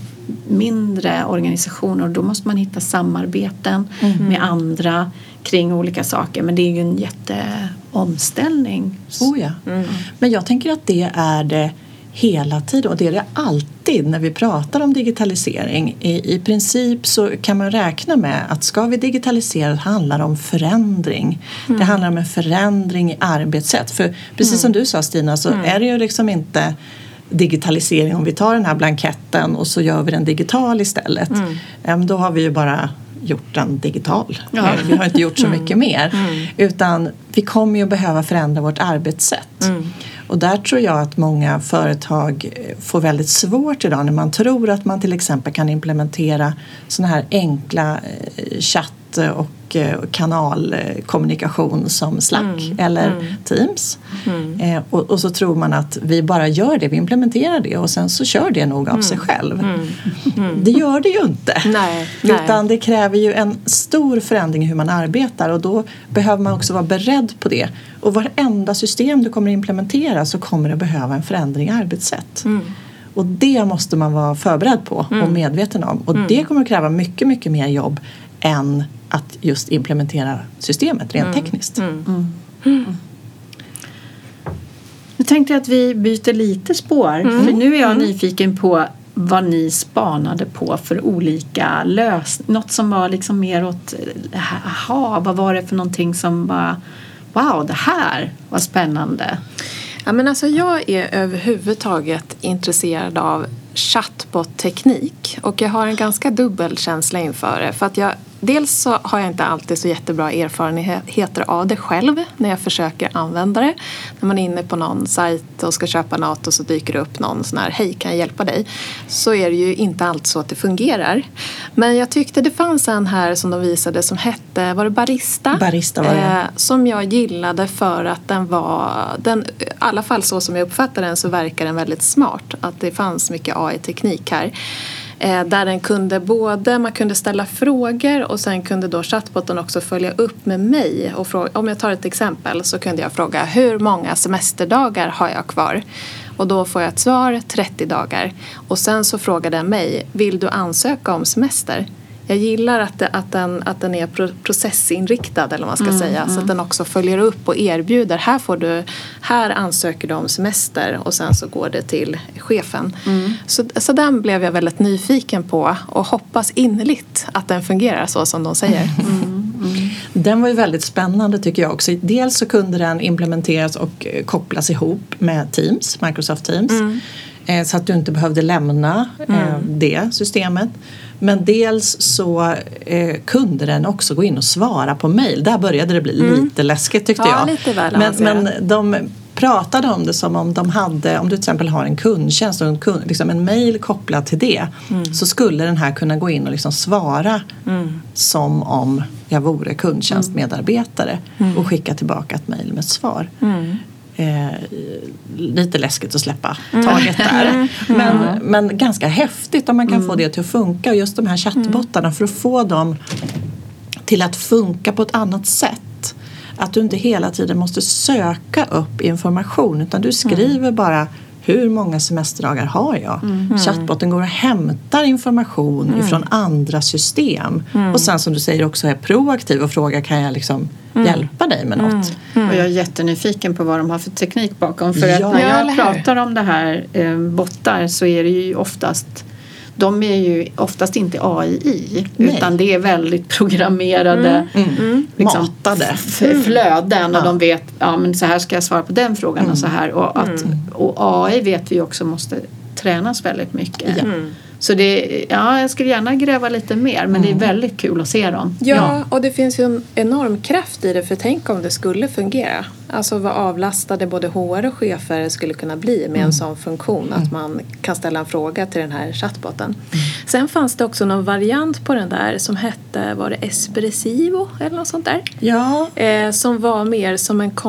mindre organisationer, och då måste man hitta samarbeten mm. med andra kring olika saker. Men det är ju en jätteomställning. Oh ja. Mm. Men jag tänker att det är det hela tiden, och det är det alltid när vi pratar om digitalisering. I, i princip så kan man räkna med att ska vi digitalisera, det handlar om förändring. Mm. Det handlar om en förändring i arbetssätt. För precis mm. som du sa, Stina, så mm. är det ju liksom inte digitalisering om vi tar den här blanketten och så gör vi den digital istället. Mm. Då har vi ju bara gjort den digital. Ja. Vi har inte gjort så mycket mm. mer. Mm. Utan vi kommer ju behöva förändra vårt arbetssätt. Mm. Och där tror jag att många företag får väldigt svårt idag när man tror att man till exempel kan implementera såna här enkla chatt- och kanalkommunikation som Slack mm. eller mm. Teams. Mm. Eh, och, och så tror man att vi bara gör det, vi implementerar det och sen så kör det nog av mm. sig själv. Mm. Mm. Det gör det ju inte. Nej, Utan nej. det kräver ju en stor förändring i hur man arbetar, och då behöver man också vara beredd på det. Och varenda system du kommer implementera så kommer det behöva en förändring i arbetssätt. Mm. Och det måste man vara förberedd på mm. och medveten om. Och mm. det kommer att kräva mycket, mycket mer jobb än att just implementera systemet rent mm. tekniskt. Mm. Mm. Mm. Nu tänkte jag att vi byter lite spår. Mm. För nu är jag mm. nyfiken på vad ni spanade på för olika lösningar. Något som var liksom mer åt, aha, vad var det för någonting som var, wow, det här var spännande. Ja, men alltså jag är överhuvudtaget intresserad av chatbot-teknik, och jag har en ganska dubbel känsla inför det. För att jag, dels så har jag inte alltid så jättebra erfarenheter av det själv när jag försöker använda det. När man är inne på någon sajt och ska köpa något och så dyker det upp någon sån här, hej, kan jag hjälpa dig? Så är det ju inte alltid så att det fungerar. Men jag tyckte det fanns en här som de visade som hette, var det Barista? Barista var det. Eh, som jag gillade för att den var, den, i alla fall så som jag uppfattade den så verkar den väldigt smart. Att det fanns mycket A I-teknik här. Eh, där den kunde både, man kunde ställa frågor och sen kunde då chatboten också följa upp med mig. Och fråga, om jag tar ett exempel så kunde jag fråga, hur många semesterdagar har jag kvar? Och då får jag ett svar, trettio dagar. Och sen så frågade den mig, vill du ansöka om semester? jag gillar att, det, att, den, att den är processinriktad eller vad man ska mm, säga. Mm. Så att den också följer upp och erbjuder. Här, får du, här ansöker du om semester och sen så går det till chefen. Mm. Så, så den blev jag väldigt nyfiken på och hoppas innerligt att den fungerar så som de säger. Mm. Mm. Den var ju väldigt spännande tycker jag också. Dels så kunde den implementeras och kopplas ihop med Teams, Microsoft Teams. Mm. Eh, så att du inte behövde lämna eh, mm. det systemet. Men dels så eh, kunde den också gå in och svara på mejl. Där började det bli mm. lite läskigt tyckte ja, jag. Lite väl men, men de pratade om det som om de hade, om du till exempel har en kundtjänst och en, kund, liksom en mejl kopplad till det. Mm. Så skulle den här kunna gå in och liksom svara mm. som om jag vore kundtjänstmedarbetare mm. och skicka tillbaka ett mejl med svar. Mm. Eh, lite läskigt att släppa taget där. Mm. Men, men ganska häftigt om man kan mm. få det till att funka. Och just de här chattbottarna för att få dem till att funka på ett annat sätt. Att du inte hela tiden måste söka upp information utan du skriver mm. bara hur många semesterdagar har jag? Mm. Chattbotten går och hämtar information mm. från andra system. Mm. Och sen som du säger också är proaktiv och frågar kan jag liksom mm. hjälpa dig med något? Mm. Mm. Och jag är jättenyfiken på vad de har för teknik bakom. För ja, att när jag pratar om det här eh, bottar så är det ju oftast de är ju oftast inte A I i Nej. Utan det är väldigt programmerade mm. Mm. Liksom, matade f- flöden och ja. De vet ja men så här ska jag svara på den frågan mm. och så här och, att, mm. och A I vet vi också måste tränas väldigt mycket. Mm. Så det, ja, jag skulle gärna gräva lite mer men mm. det är väldigt kul att se dem. Ja, ja, och det finns ju en enorm kraft i det för tänk om det skulle fungera. Alltså vad avlastade både H R och chefer skulle kunna bli med mm. en sån funktion mm. att man kan ställa en fråga till den här chattbotten. Mm. Sen fanns det också någon variant på den där som hette, var det Espressivo eller något sånt där? Ja. Eh, som var mer som en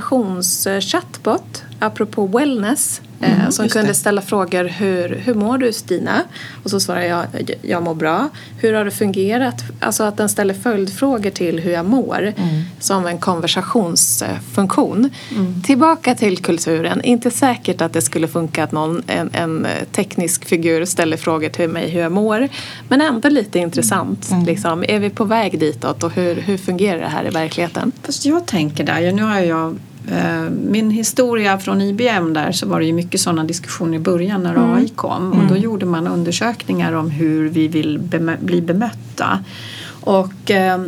konversationschatbot apropå wellness. Mm, som kunde det. ställa frågor, hur, hur mår du Stina? Och så svarar jag, jag mår bra. Hur har det fungerat? Alltså att den ställer följdfrågor till hur jag mår. Mm. Som en konversationsfunktion. Mm. Tillbaka till kulturen. Inte säkert att det skulle funka att någon, en, en teknisk figur ställer frågor till mig hur jag mår. Men ändå lite intressant. Mm. Liksom. Är vi på väg ditåt och hur, hur fungerar det här i verkligheten? Fast jag tänker där, nu har jag min historia från I B M där så var det ju mycket sådana diskussioner i början när mm. A I kom och då gjorde man undersökningar om hur vi vill bemö- bli bemötta och eh,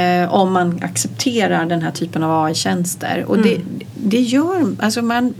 om man accepterar den här typen av A I-tjänster och mm. det, det gör, alltså man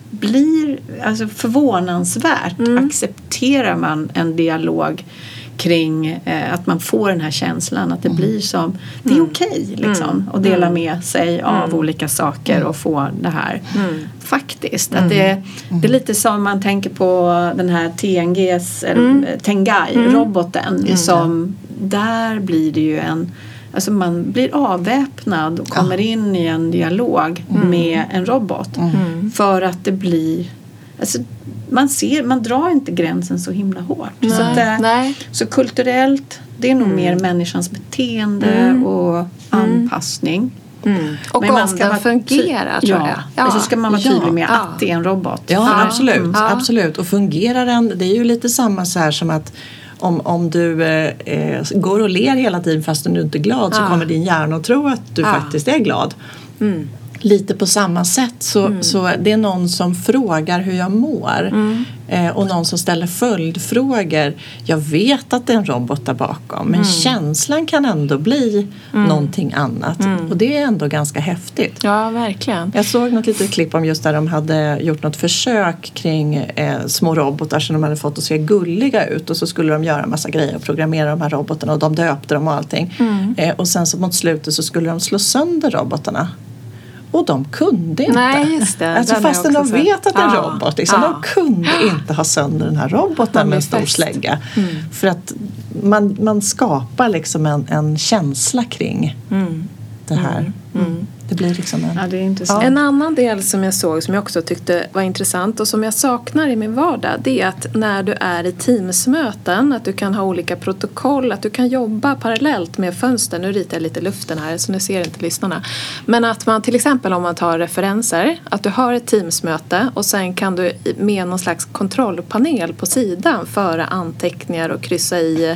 blir alltså förvånansvärt mm. accepterar man en dialog kring eh, att man får den här känslan att det mm. blir som, det är mm. okej liksom mm. att dela med sig av mm. olika saker mm. och få det här mm. faktiskt, att det, mm. det är lite som man tänker på den här T N G:s mm. Tengai-roboten mm. som, där blir det ju en, alltså man blir avväpnad och kommer ja. in i en dialog mm. med en robot mm. för att det blir, alltså man ser, man drar inte gränsen så himla hårt. Nej, så, att, nej. så kulturellt, det är nog mm. mer människans beteende mm. och anpassning. Mm. Och men om man ska den fungerar ty- tror ja. jag. Ja. Och så ska man vara ja. tydlig med ja. att det är en robot. Ja, ja. absolut. Mm. absolut. Och fungerar den, det är ju lite samma så här som att om, om du eh, går och ler hela tiden fast du inte är glad ja. så kommer din hjärna att tro att du ja. faktiskt är glad. Mm. Lite på samma sätt så, mm. så det är någon som frågar hur jag mår mm. eh, och någon som ställer följdfrågor. Jag vet att det är en robot där bakom men mm. känslan kan ändå bli mm. någonting annat mm. och det är ändå ganska häftigt. Ja, verkligen. Jag såg något litet klipp om just där de hade gjort något försök kring eh, små robotar som de hade fått att se gulliga ut och så skulle de göra en massa grejer och programmera de här robotarna och de döpte dem och allting. Mm. Eh, och sen så mot slutet så skulle de slå sönder robotarna. Och de kunde inte. Nej, just det. Alltså fastän de sett. vet att det är en ja. robot. Liksom, ja. De kunde inte ha sönder den här roboten med en stor slägga. Mm. För att man, man skapar liksom en, en känsla kring mm. det här. Mm. Mm. Det blir liksom en... Ja, det är intressant. En annan del som jag såg som jag också tyckte var intressant och som jag saknar i min vardag, det är att när du är i teamsmöten, att du kan ha olika protokoll, att du kan jobba parallellt med fönster. Nu ritar jag lite luften här så nu ser inte lyssnarna. Men att man till exempel om man tar referenser, att du har ett teamsmöte och sen kan du med någon slags kontrollpanel på sidan föra anteckningar och kryssa i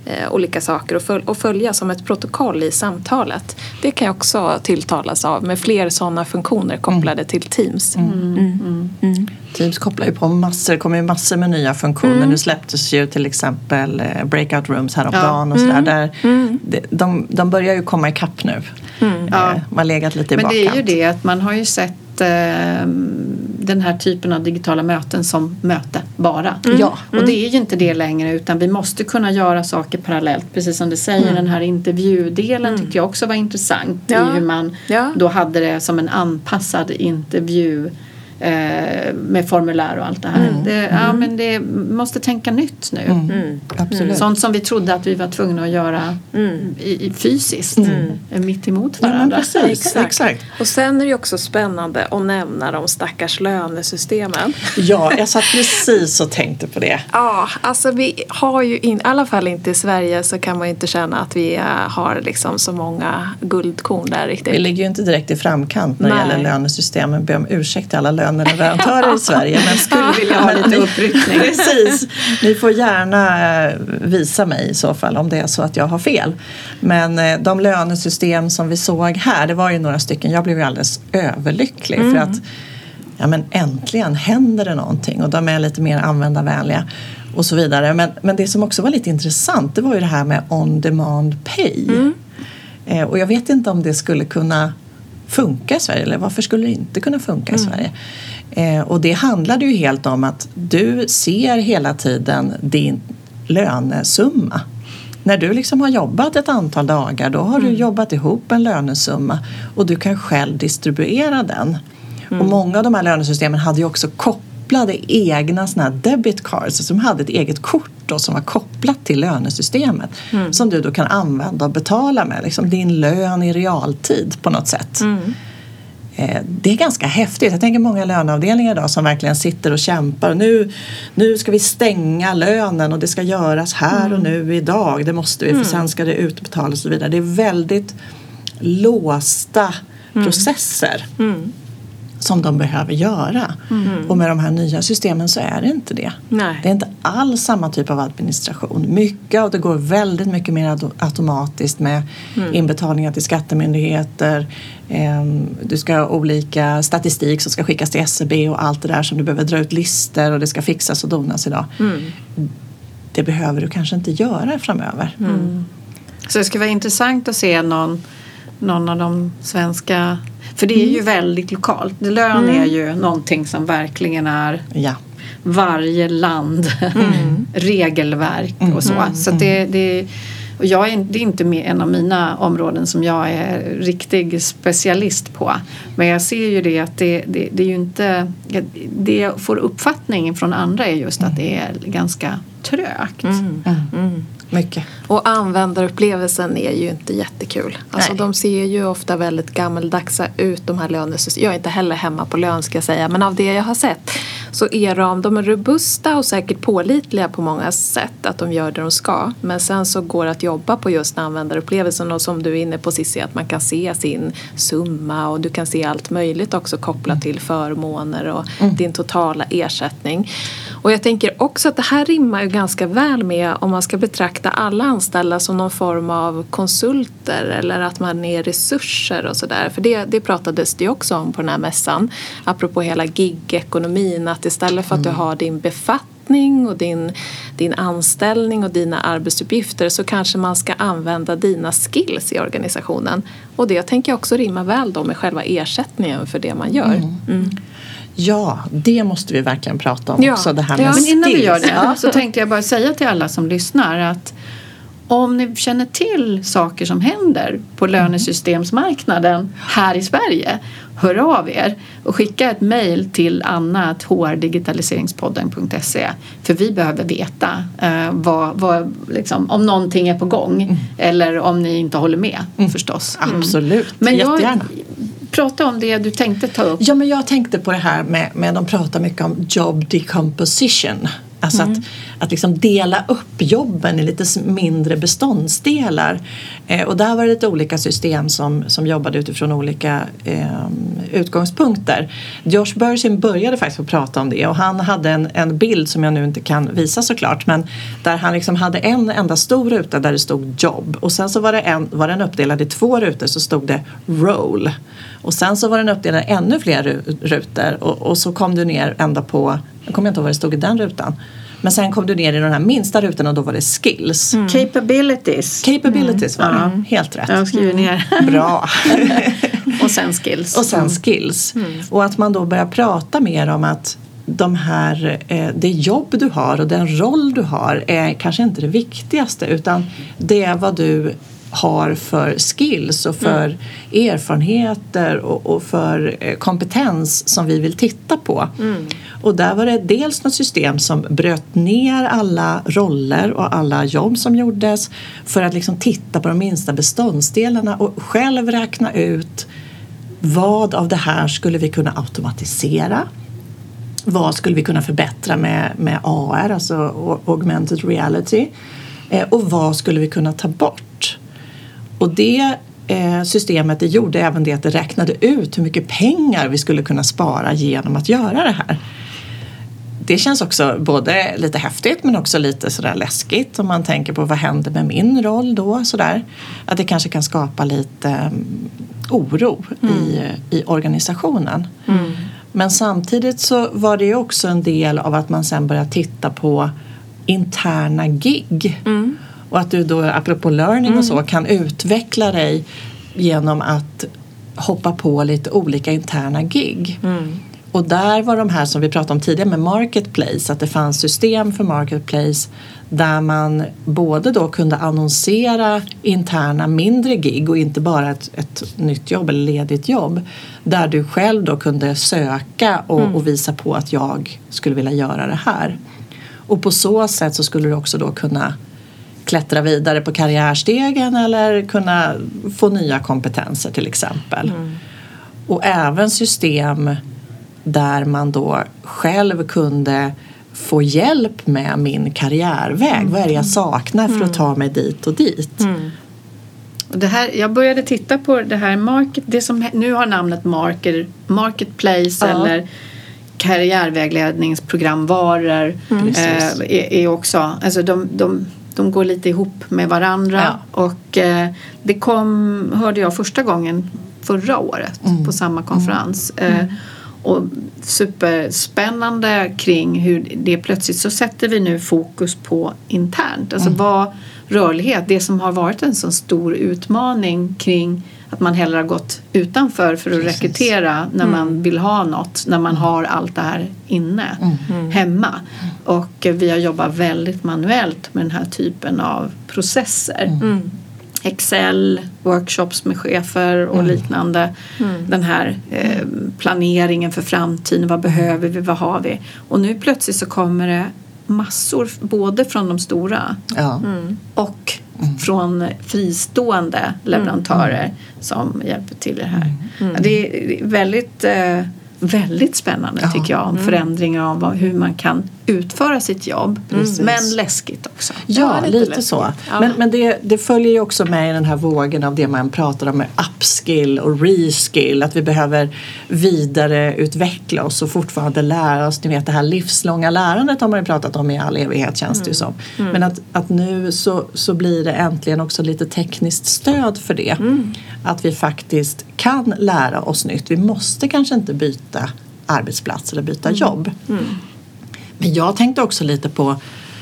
eh, olika saker och, föl- och följa som ett protokoll i samtalet. Det kan jag också tilltalas av med fler sådana funktioner kopplade mm. till Teams. Mm. Mm. Mm. Mm. Teams kopplar ju på massor, det kommer ju massor med nya funktioner. Mm. Nu släpptes ju till exempel breakout rooms häromdagen ja. och sådär. Mm. Där mm. de, de börjar ju komma ikapp nu. Mm. Ja. Man har legat lite i Men bakkant. det är ju det att man har ju sett den här typen av digitala möten som möte bara. Mm. Ja. Mm. Och det är ju inte det längre utan vi måste kunna göra saker parallellt. Precis som du säger, mm. den här intervjudelen mm. tyckte jag också var intressant ja. i hur man ja. då hade det som en anpassad intervju eh, med formulär och allt det här. Mm. Det, ja, mm. men det måste tänka nytt nu. Mm. Mm. Absolut. Sånt som vi trodde att vi var tvungna att göra mm. i, i fysiskt mm. mitt emot varandra. Ja, precis. Exakt. Exakt. Och sen är det också spännande att nämna de stackars lönesystemen. Ja, jag satt precis och tänkte på det. Ja, alltså vi har ju in, i alla fall inte i Sverige så kan man ju inte känna att vi har liksom så många guldkorn där riktigt. Vi ligger ju inte direkt i framkant när det Nej. gäller lönesystemen. Be om ursäkt till alla löneleverantörer i Sverige. Men skulle vilja ha lite uppryckning. Precis. Ni får gärna visa mig i så fall om det är så att jag har fel. Men de lönesystem som vi såg här, det var ju några stycken. Jag blev ju alldeles överlycklig mm. för att ja, men äntligen händer det någonting och de är lite mer användarvänliga och så vidare. Men, men det som också var lite intressant, det var ju det här med on-demand pay. Mm. Eh, och jag vet inte om det skulle kunna funka i Sverige eller varför skulle det inte kunna funka mm. i Sverige. Eh, och det handlade ju helt om att du ser hela tiden din lönesumma. När du liksom har jobbat ett antal dagar då har mm. du jobbat ihop en lönesumma och du kan själv distribuera den. Mm. Och många av de här lönesystemen hade ju också kopplade egna såna här debit cards som hade ett eget kort då, som var kopplat till lönesystemet mm. som du då kan använda och betala med liksom din lön i realtid på något sätt. Mm. Det är ganska häftigt. Jag tänker många löneavdelningar idag som verkligen sitter och kämpar. Och nu, nu ska vi stänga lönen och det ska göras här mm. och nu idag. Det måste vi för mm. sen ska det utbetalas och så vidare. Det är väldigt låsta mm. processer mm. som de behöver göra. Mm. Och med de här nya systemen så är det inte det. Nej. Det är inte alls samma typ av administration. Mycket och det går väldigt mycket mer automatiskt med mm. inbetalningar till skattemyndigheter. Du ska ha olika statistik som ska skickas till S C B och allt det där som du behöver dra ut listor och det ska fixas och donas idag. Mm. Det behöver du kanske inte göra framöver. Mm. Så det ska vara intressant att se någon, någon av de svenska... För det är ju väldigt lokalt. Lön mm. är ju någonting som verkligen är ja. varje land mm. regelverk och så. Mm. Så det, det, och jag är, det är inte med en av mina områden som jag är riktig specialist på. Men jag ser ju det att det, det, det är ju inte... Det jag får uppfattningen från andra är just att det är ganska trögt. Mm. Mm. Mycket. Och användarupplevelsen är ju inte jättekul. Alltså de ser ju ofta väldigt gammeldagsa ut, de här lönesystemen. Jag är inte heller hemma på lön ska jag säga, men av det jag har sett så är de, de är robusta och säkert pålitliga på många sätt att de gör det de ska. Men sen så går det att jobba på just användarupplevelsen och som du är inne på Cissi, att man kan se sin summa och du kan se allt möjligt också kopplat till förmåner och mm. din totala ersättning. Och jag tänker också att det här rimmar ju ganska väl med om man ska betrakta alla anställda som någon form av konsulter eller att man är resurser och sådär. För det, det pratades det också om på den här mässan. Apropå hela gig-ekonomin, att istället för att mm. du har din befattning och din, din anställning och dina arbetsuppgifter så kanske man ska använda dina skills i organisationen. Och det tänker jag också rimma väl då med själva ersättningen för det man gör. Mm. Mm. Ja, det måste vi verkligen prata om ja. också. Det här med ja, men innan stills. vi gör det så tänkte jag bara säga till alla som lyssnar att om ni känner till saker som händer på lönesystemsmarknaden här i Sverige, hör av er och skicka ett mejl till anna at h r digitaliseringspodden punkt se för vi behöver veta eh, vad, vad, liksom, om någonting är på gång mm. eller om ni inte håller med mm. förstås. Mm. Absolut, men jättegärna. Jag, prata om det du tänkte ta upp. Ja, men jag tänkte på det här med, med de pratar mycket om job decomposition. Alltså mm. att, att liksom dela upp jobben i lite mindre beståndsdelar. Eh, och där var det lite olika system som, som jobbade utifrån olika eh, utgångspunkter. Josh Bersin började faktiskt att prata om det och han hade en, en bild som jag nu inte kan visa såklart, men där han liksom hade en enda stor ruta där det stod jobb och sen så var, det en, var den uppdelad i två rutor så stod det role. Och sen så var den uppdelad ännu fler rutor och, och så kom du ner ända på, jag kommer inte ihåg vad det stod i den rutan. Men sen kom du ner i den här minsta rutan och då var det skills. Mm. Capabilities. Capabilities var det, mm. helt rätt. Jag skriver ner. Bra. Och sen skills. Och sen skills. Mm. Och att man då börjar prata mer om att de här, eh, det jobb du har och den roll du har är kanske inte det viktigaste utan det är vad du har för skills och för mm. erfarenheter och, och för kompetens som vi vill titta på. Mm. Och där var det dels något system som bröt ner alla roller och alla jobb som gjordes för att liksom titta på de minsta beståndsdelarna och själv räkna ut vad av det här skulle vi kunna automatisera. Vad skulle vi kunna förbättra med, med A R, alltså augmented reality. Eh, och vad skulle vi kunna ta bort? Och det eh, systemet det gjorde även det att det räknade ut hur mycket pengar vi skulle kunna spara genom att göra det här. Det känns också både lite häftigt men också lite sådär läskigt om man tänker på vad händer med min roll då sådär. Att det kanske kan skapa lite um, oro mm. i, i organisationen. Mm. Men samtidigt så var det ju också en del av att man sen började titta på interna gig. Mm. Och att du då, apropå learning mm. och så, kan utveckla dig genom att hoppa på lite olika interna gig. Mm. Och där var de här som vi pratade om tidigare med Marketplace, att det fanns system för Marketplace där man både då kunde annonsera interna mindre gig och inte bara ett, ett nytt jobb eller ledigt jobb. Där du själv då kunde söka och, mm. och visa på att jag skulle vilja göra det här. Och på så sätt så skulle du också då kunna klättra vidare på karriärstegen eller kunna få nya kompetenser till exempel. Mm. Och även system där man då själv kunde få hjälp med min karriärväg. Mm. Vad är det jag saknar för att ta mig dit och dit? Mm. Och det här, jag började titta på det här market, det som nu har namnet market, Marketplace ja. Eller karriärvägledningsprogramvaror mm. eh, är, är också, alltså de, de, de går lite ihop med varandra ja. Och eh, det kom, hörde jag första gången förra året mm. på samma konferens. Mm. Eh, och superspännande kring hur det plötsligt så sätter vi nu fokus på internt. Alltså mm. vad rörlighet, det som har varit en så stor utmaning kring att man hellre har gått utanför för att Precis. Rekrytera när mm. man vill ha något, när man har allt det här inne, mm. hemma. Och vi har jobbat väldigt manuellt med den här typen av processer. Mm. Excel, workshops med chefer och mm. liknande. Mm. Den här eh, planeringen för framtiden. Vad behöver vi? Vad har vi? Och nu plötsligt så kommer det massor både från de stora ja. Mm. och mm. från fristående leverantörer mm. som hjälper till det här. Mm. Det är väldigt, eh, väldigt spännande ja. Tycker jag om mm. förändringar av hur man kan utföra sitt jobb. Mm. Men läskigt också. Ja, ja lite, lite så. Ja. Men, men det, det följer ju också med i den här vågen av det man pratar om med upskill och reskill. Att vi behöver vidareutveckla oss och fortfarande lära oss. Ni vet, det här livslånga lärandet har man ju pratat om i all evighet känns mm. det ju som. Mm. Men att, att nu så, så blir det äntligen också lite tekniskt stöd för det. Mm. Att vi faktiskt kan lära oss nytt. Vi måste kanske inte byta arbetsplats eller byta mm. jobb. Mm. Men jag tänkte också lite på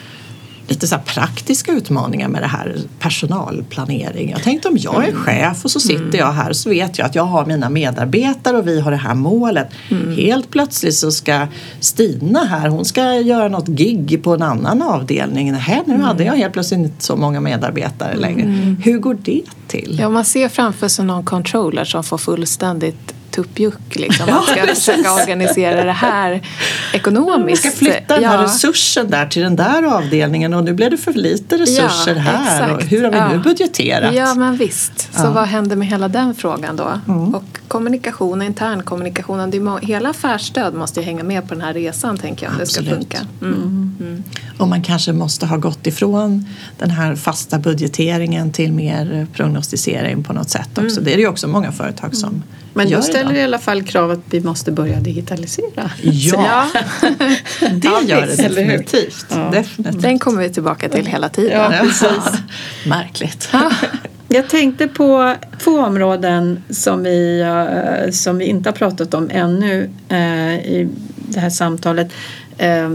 lite så här praktiska utmaningar med det här personalplanering. Jag tänkte om jag är chef och så sitter mm. jag här så vet jag att jag har mina medarbetare och vi har det här målet. Mm. Helt plötsligt så ska Stina här, hon ska göra något gig på en annan avdelning. Nej, nu mm. hade jag helt plötsligt inte så många medarbetare längre. Mm. Hur går det till? Ja, man ser framför sig någon controller som får fullständigt tuppjuck liksom. Man ska ja, försöka organisera det här ekonomiskt. Man ska flytta den här ja. resursen där till den där avdelningen och nu blir det för lite resurser ja, här. Exakt. Och hur har vi ja. nu budgeterat? Ja, men visst. Så ja. vad händer med hela den frågan då? Mm. Och kommunikation, intern kommunikation, det är må- hela affärsstöd måste ju hänga med på den här resan tänker jag om det ska funka. Mm. Mm. Och man kanske måste ha gått ifrån den här fasta budgeteringen till mer prognostisering på något sätt också. Mm. Det är det ju också många företag som mm. Men gör då ställer idag. i alla fall krav att vi måste börja digitalisera. Ja, det ja, gör det definitivt. Ja. definitivt. Den kommer vi tillbaka till hela tiden. Ja, precis. Märkligt. Ja. Jag tänkte på två områden som vi, uh, som vi inte har pratat om ännu uh, i det här samtalet. Uh,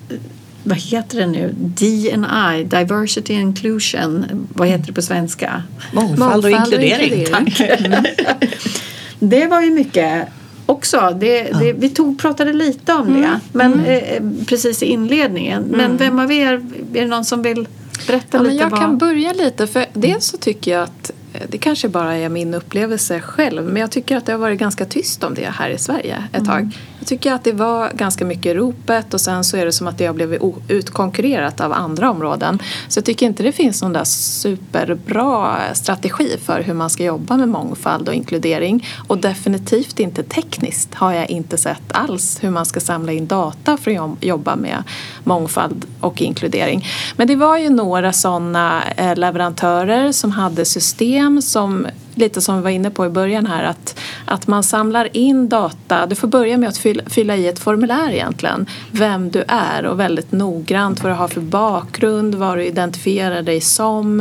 vad heter det nu? D and I, Diversity and Inclusion. Vad heter det på svenska? Mångfald, Mångfald och inkludering. Och inkludering. Tack. Mm. Det var ju mycket också. Det, det, ja. Vi tog, pratade lite om mm. det. Men, mm. eh, precis i inledningen. Mm. Men vem av er, är det någon som vill berätta ja, lite? Men jag vad... kan börja lite. För dels så tycker jag att det kanske bara är min upplevelse själv. Men jag tycker att det har varit ganska tyst om det här i Sverige ett tag. Mm. Jag tycker att det var ganska mycket ropet. Och sen så är det som att det har blivit utkonkurrerat av andra områden. Så jag tycker inte det finns någon där superbra strategi för hur man ska jobba med mångfald och inkludering. Och definitivt inte tekniskt har jag inte sett alls hur man ska samla in data för att jobba med mångfald och inkludering. Men det var ju några sådana leverantörer som hade system som, lite som vi var inne på i början här, att, att man samlar in data. Du får börja med att fylla, fylla i ett formulär egentligen. Vem du är och väldigt noggrant vad du har för bakgrund, vad du identifierar dig som.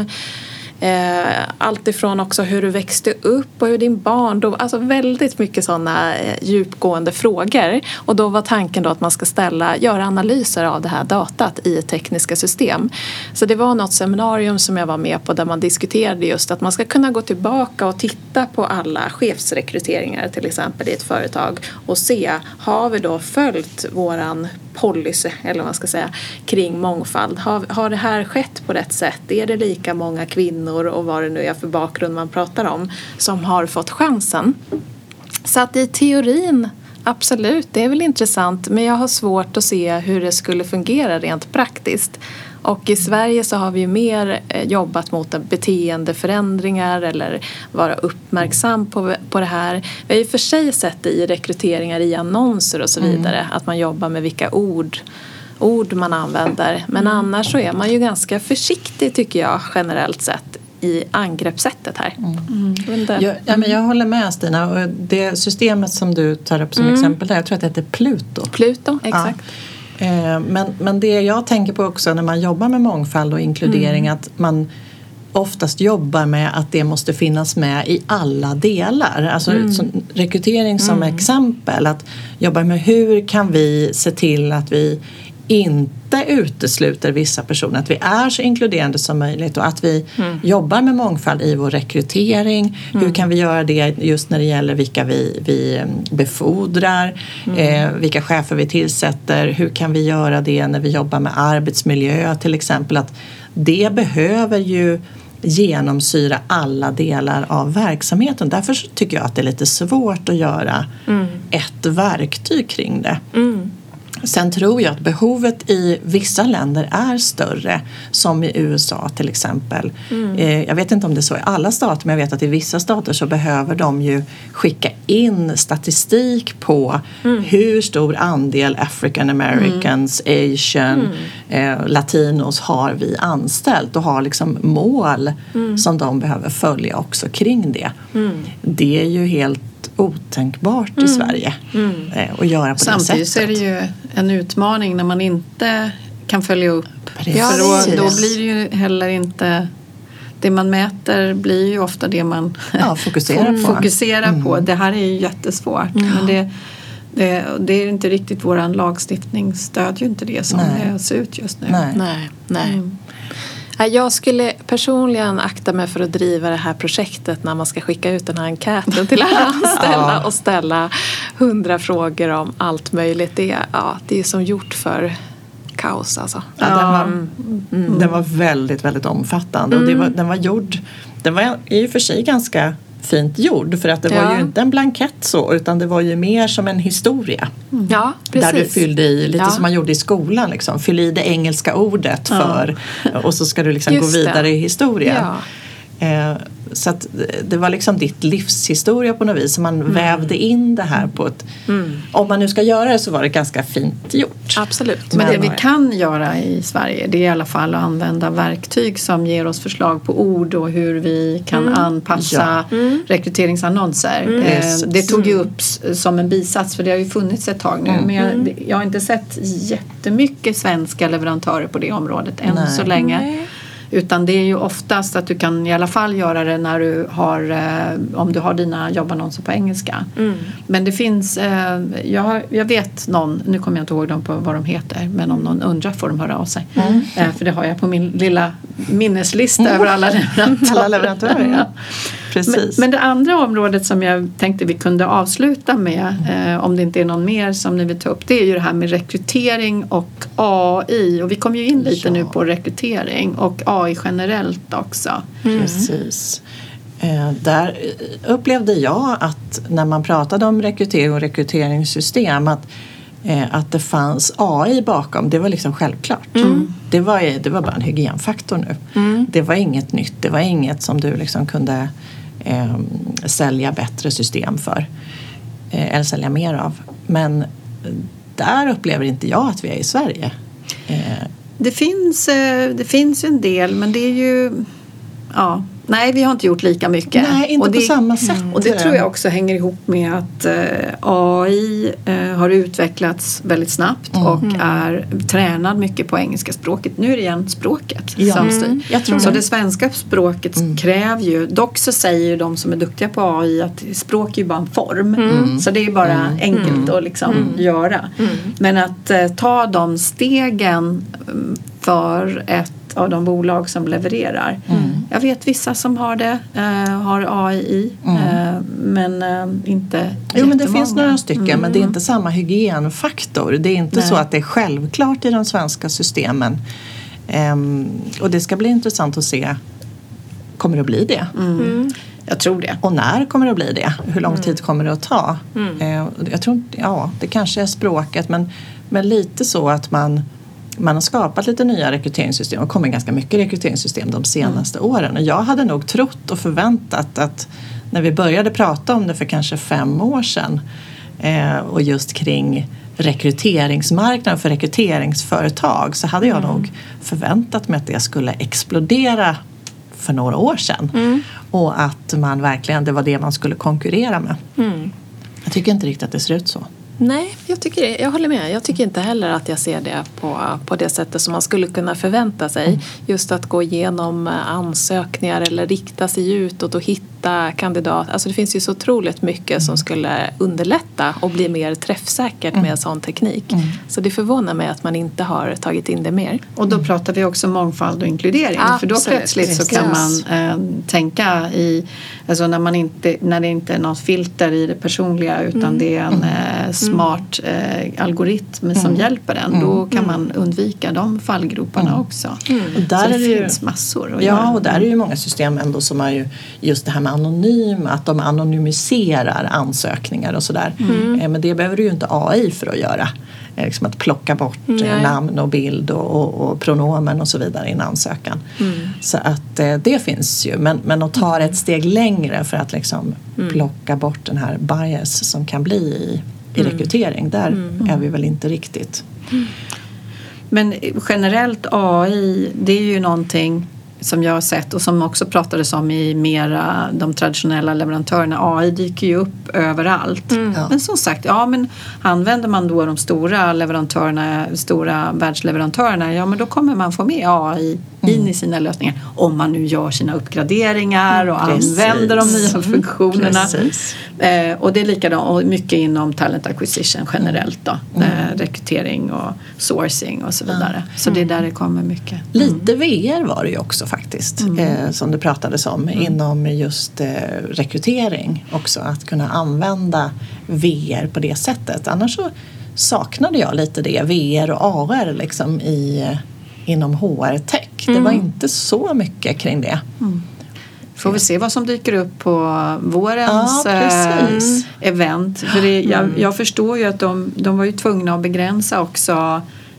Eh, allt ifrån också hur du växte upp och hur din barndom, alltså väldigt mycket sådana eh, djupgående frågor. Och då var tanken då att man ska ställa, göra analyser av det här datat i tekniska system. Så det var något seminarium som jag var med på där man diskuterade just att man ska kunna gå tillbaka och titta på alla chefsrekryteringar till exempel i ett företag och se, har vi då följt våran policy eller vad man ska säga kring mångfald? Har, har det här skett på rätt sätt? Är det lika många kvinnor och vad det nu är för bakgrund man pratar om som har fått chansen? Så att i teorin, absolut, det är väl intressant, men jag har svårt att se hur det skulle fungera rent praktiskt. Och i Sverige så har vi ju mer jobbat mot beteendeförändringar eller vara uppmärksam på, på det här. Vi har ju för sig sett det i rekryteringar i annonser och så vidare. Mm. Att man jobbar med vilka ord, ord man använder. Men mm. annars så är man ju ganska försiktig tycker jag generellt sett i angreppssättet här. Mm. Mm. Jag, ja, men jag håller med Stina. Och det systemet som du tar upp som mm. exempel där, jag tror att det heter Pluto. Pluto, exakt. Ja. Men, men det jag tänker på också när man jobbar med mångfald och inkludering mm. att man oftast jobbar med att det måste finnas med i alla delar. Alltså mm. som, rekrytering som mm. exempel. Att jobba med hur kan vi se till att vi inte utesluter vissa personer. Att vi är så inkluderande som möjligt och att vi mm. jobbar med mångfald i vår rekrytering. Mm. Hur kan vi göra det just när det gäller vilka vi, vi befordrar, mm. eh, vilka chefer vi tillsätter. Hur kan vi göra det när vi jobbar med arbetsmiljö till exempel. Att det behöver ju genomsyra alla delar av verksamheten. Därför tycker jag att det är lite svårt att göra mm. ett verktyg kring det. Mm. Sen tror jag att behovet i vissa länder är större, som i U S A till exempel. Mm. Eh, jag vet inte om det är så i alla stater, men jag vet att i vissa stater så behöver de ju skicka in statistik på mm. hur stor andel African Americans, mm. Asian, mm. eh, Latinos har vi anställt och har liksom mål mm. som de behöver följa också kring det. Mm. Det är ju helt otänkbart i mm. Sverige mm. att göra på Samtidigt det sättet. Samtidigt är det ju en utmaning när man inte kan följa upp. Ja, för då, då blir det ju heller inte... Det man mäter blir ju ofta det man ja, fokuserar på. fokuserar mm. på. Det här är ju jättesvårt. Mm. Men det, det, det är inte riktigt vår lagstiftning stödjer ju inte det som Nej. det ser ut just nu. Nej, nej. nej. Mm. Jag skulle personligen akta mig för att driva det här projektet när man ska skicka ut den här enkäten till alla anställda ja. och ställa hundra frågor om allt möjligt. Det, ja, det är som gjort för kaos alltså. Ja, den, var, mm. den var väldigt, väldigt omfattande mm. och det var, den var gjord, den var i och för sig ganska fint gjord för att det ja. var ju inte en blankett så utan det var ju mer som en historia. Mm. Ja, precis. Där du fyllde i lite ja. som man gjorde i skolan liksom. Fyll i det engelska ordet för ja. och så ska du liksom gå vidare det. i historia. Eh, så att det var liksom ditt livshistoria på något vis. Så man mm. vävde in det här på ett... Mm. Om man nu ska göra det så var det ganska fint gjort. Absolut. Men det vi kan göra i Sverige, det är i alla fall att använda verktyg som ger oss förslag på ord och hur vi kan mm. anpassa ja. mm. rekryteringsannonser. Mm. Eh, det tog ju upp som en bisats, för det har ju funnits ett tag nu. Mm. Men jag, jag har inte sett jättemycket svenska leverantörer på det området än Nej. så länge. Nej. Utan det är ju oftast att du kan i alla fall göra det när du har, eh, om du har dina jobbannonser på engelska. Mm. Men det finns, eh, jag, jag vet någon, nu kommer jag inte ihåg dem på vad de heter, men om någon undrar får de höra av sig. Mm. Eh, för det har jag på min lilla minneslista mm. över alla leverantörer. alla leverantörer, ja. Precis. Men, men det andra området som jag tänkte vi kunde avsluta med, eh, om det inte är någon mer som ni vill ta upp, det är ju det här med rekrytering och A I. Och vi kom ju in lite ja. nu på rekrytering och A I generellt också. Mm. Precis. Eh, där upplevde jag att när man pratade om rekrytering och rekryteringssystem att att det fanns A I bakom, det var liksom självklart. Mm. Det, var, det var bara en hygienfaktor nu. Mm. Det var inget nytt, det var inget som du liksom kunde eh, sälja bättre system för. Eh, eller sälja mer av. Men där upplever inte jag att vi är i Sverige. Eh. Det finns, det finns en del, men det är ju... Ja. Nej, vi har inte gjort lika mycket. Nej, inte och det, på samma sätt. Och det tror jag också hänger ihop med att eh, A I eh, har utvecklats väldigt snabbt mm. och är tränad mycket på engelska språket. Nu är det igen språket ja. som styr. Mm. Jag tror så det. det svenska språket mm. kräver ju, dock så säger ju de som är duktiga på A I att språk är ju bara en form. Mm. Så det är bara mm. enkelt mm. att liksom mm. göra. Mm. Men att eh, ta de stegen för ett av de bolag som levererar. Mm. Jag vet vissa som har det, eh, har A I i, mm. eh, men eh, inte Jo, men det finns några stycken, mm. men det är inte samma hygienfaktor. Det är inte Nej. så att det är självklart i de svenska systemen. Um, och det ska bli intressant att se, kommer det att bli det? Mm. Mm. Jag tror det. Och när kommer det att bli det? Hur lång mm. tid kommer det att ta? Mm. Uh, jag tror, ja, det kanske är språket, men, men lite så att man Man har skapat lite nya rekryteringssystem och kommit ganska mycket rekryteringssystem de senaste mm. åren. Och jag hade nog trott och förväntat att när vi började prata om det för kanske fem år sedan eh, och just kring rekryteringsmarknaden för rekryteringsföretag så hade jag mm. nog förväntat mig att det skulle explodera för några år sedan. Mm. Och att man verkligen, det var det man skulle konkurrera med. Mm. Jag tycker inte riktigt att det ser ut så. Nej, jag, tycker det. Jag håller med. Jag tycker inte heller att jag ser det på, på det sättet som man skulle kunna förvänta sig. Mm. Just att gå igenom ansökningar eller rikta sig utåt och hitta kandidat. Alltså det finns ju så otroligt mycket mm. som skulle underlätta och bli mer träffsäkert mm. med sån teknik. Mm. Så det förvånar mig att man inte har tagit in det mer. Och då pratar vi också mångfald och inkludering. Absolut. För då plötsligt så kan man äh, tänka i, alltså när, man inte, när det inte är något filter i det personliga utan mm. det är en äh, smart eh, algoritm som mm. hjälper den. Mm. Då kan man undvika de fallgroparna mm. också. Mm. Och där så det, är det finns ju, massor att Ja, göra. och där är ju många system ändå som har ju just det här med anonym, att de anonymiserar ansökningar och sådär. Mm. Eh, men det behöver du ju inte A I för att göra. Eh, liksom att plocka bort mm. namn och bild och, och, och pronomen och så vidare i en ansökan. Mm. Så att eh, det finns ju. Men, men att ta ett steg längre för att liksom mm. plocka bort den här bias som kan bli i i rekrytering, där mm. är vi väl inte riktigt. Mm. Men generellt A I, det är ju någonting som jag har sett och som också pratades om i mera de traditionella leverantörerna. A I dyker ju upp överallt. Mm. Ja. Men som sagt, ja men använder man då de stora leverantörerna, stora världsleverantörerna, ja men då kommer man få med A I mm. in i sina lösningar. Om man nu gör sina uppgraderingar och Precis. använder de nya funktionerna. Eh, och det är likadant, och mycket inom talent acquisition generellt då. Mm. Eh, rekrytering och sourcing och så vidare. Mm. Så det är där det kommer mycket. Mm. Lite V R var det ju också faktiskt. Mm. Eh, som det pratades om mm. inom just eh, rekrytering också. Att kunna använda V R på det sättet. Annars så saknade jag lite det. V R och A R liksom i, inom H R-tech. Mm. Det var inte så mycket kring det. Mm. Får vi se vad som dyker upp på vårens ja, äh, event. För det, jag, jag förstår ju att de, de var ju tvungna att begränsa också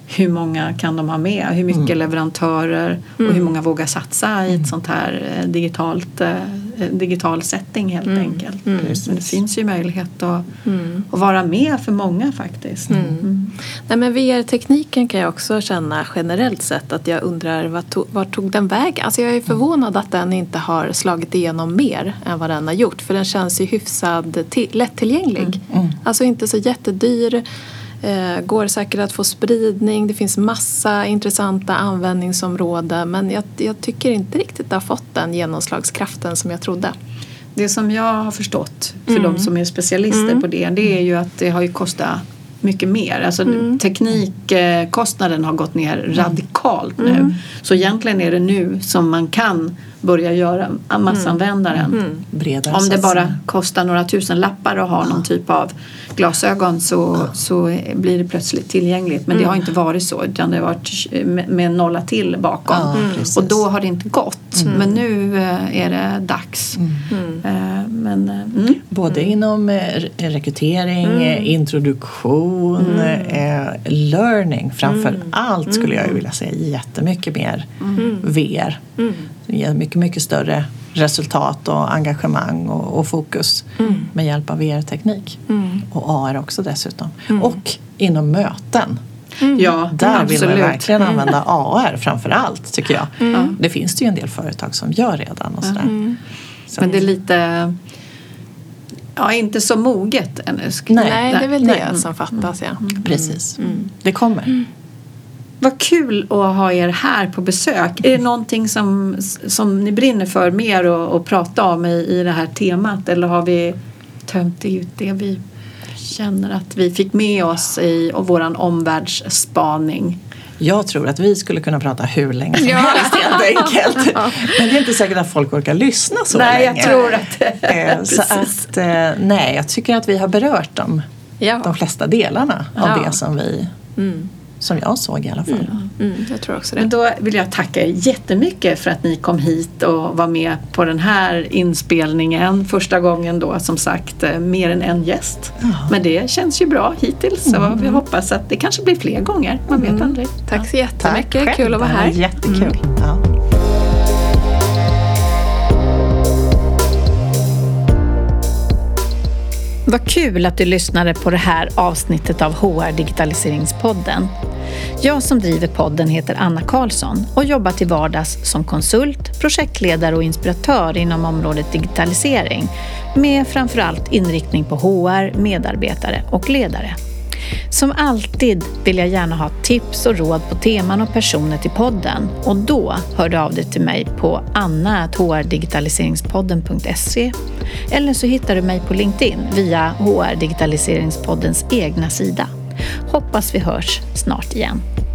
hur många kan de ha med? Hur mycket mm. leverantörer och hur många vågar satsa i ett sånt här digitalt, digital setting helt mm. enkelt. Mm. Men det finns ju möjlighet att, mm. att vara med för många faktiskt. Mm. Mm. Nej, men V R-tekniken kan jag också känna generellt sett att jag undrar vart tog, var tog den vägen? Alltså jag är förvånad att den inte har slagit igenom mer än vad den har gjort. För den känns ju hyfsad till, lättillgänglig. Mm. Mm. Alltså inte så jättedyr. Eh, går säkert att få spridning. Det finns massa intressanta användningsområden. Men jag, jag tycker inte riktigt det har fått den genomslagskraften som jag trodde. Det som jag har förstått för mm. de som är specialister mm. på det, det är ju att det har ju kostat mycket mer. Alltså mm. teknikkostnaden har gått ner mm. radikalt nu. Mm. Så egentligen är det nu som man kan börja göra massanvändaren. Mm. Mm. Om det bara kostar några tusen lappar att ha någon typ av glasögon så, så blir det plötsligt tillgängligt. Men mm. det har inte varit så utan det har varit med nolla till bakom. Mm. Och då har det inte gått. Mm. Men nu är det dags. Mm. Men, mm. Både inom rekrytering, mm. introduktion, mm. eh, learning framför mm. allt skulle jag vilja säga jättemycket mer mm. V R. Mm. Ger mycket, mycket större resultat och engagemang och, och fokus mm. med hjälp av V R-teknik. Mm. Och A R också dessutom. Mm. Och inom möten. Mm. Ja, där absolut. vill man verkligen använda A R framför allt tycker jag. Mm. Det finns det ju en del företag som gör redan och sådär. Mm. Så. Men det är lite... Ja, inte så moget ännu. Nej, Nej, det är väl det Nej. som fattas. Ja. Mm. Precis. Mm. Det kommer. Mm. Vad kul att ha er här på besök. Är det någonting som, som ni brinner för mer att, att prata om i, i det här temat? Eller har vi tömt ut det vi känner att vi fick med oss i våran omvärldsspaning? Jag tror att vi skulle kunna prata hur länge som ja. helst helt enkelt. Men det är inte säkert att folk orkar lyssna så nej, länge. Nej, jag tror att det Så att, nej, jag tycker att vi har berört dem, ja. de flesta delarna av ja. det som vi... Mm. Som jag såg i alla fall. Mm. Mm, jag tror också det. Men då vill jag tacka er jättemycket för att ni kom hit och var med på den här inspelningen. Första gången då som sagt mer än en gäst. Ja. Men det känns ju bra hittills. Så mm. vi hoppas att det kanske blir fler gånger. Man vet mm. aldrig. Tack så jättemycket. Tack. Kul att vara här. Jättekul. Mm. Ja. Vad kul att du lyssnade på det här avsnittet av H R-digitaliseringspodden. Jag som driver podden heter Anna Karlsson och jobbar till vardags som konsult, projektledare och inspiratör inom området digitalisering med framförallt inriktning på H R, medarbetare och ledare. Som alltid vill jag gärna ha tips och råd på teman och personer till podden och då hör du av dig till mig på anna snabel-a h r digitaliseringspodden punkt se eller så hittar du mig på LinkedIn via H R-digitaliseringspoddens egna sida. Hoppas vi hörs snart igen.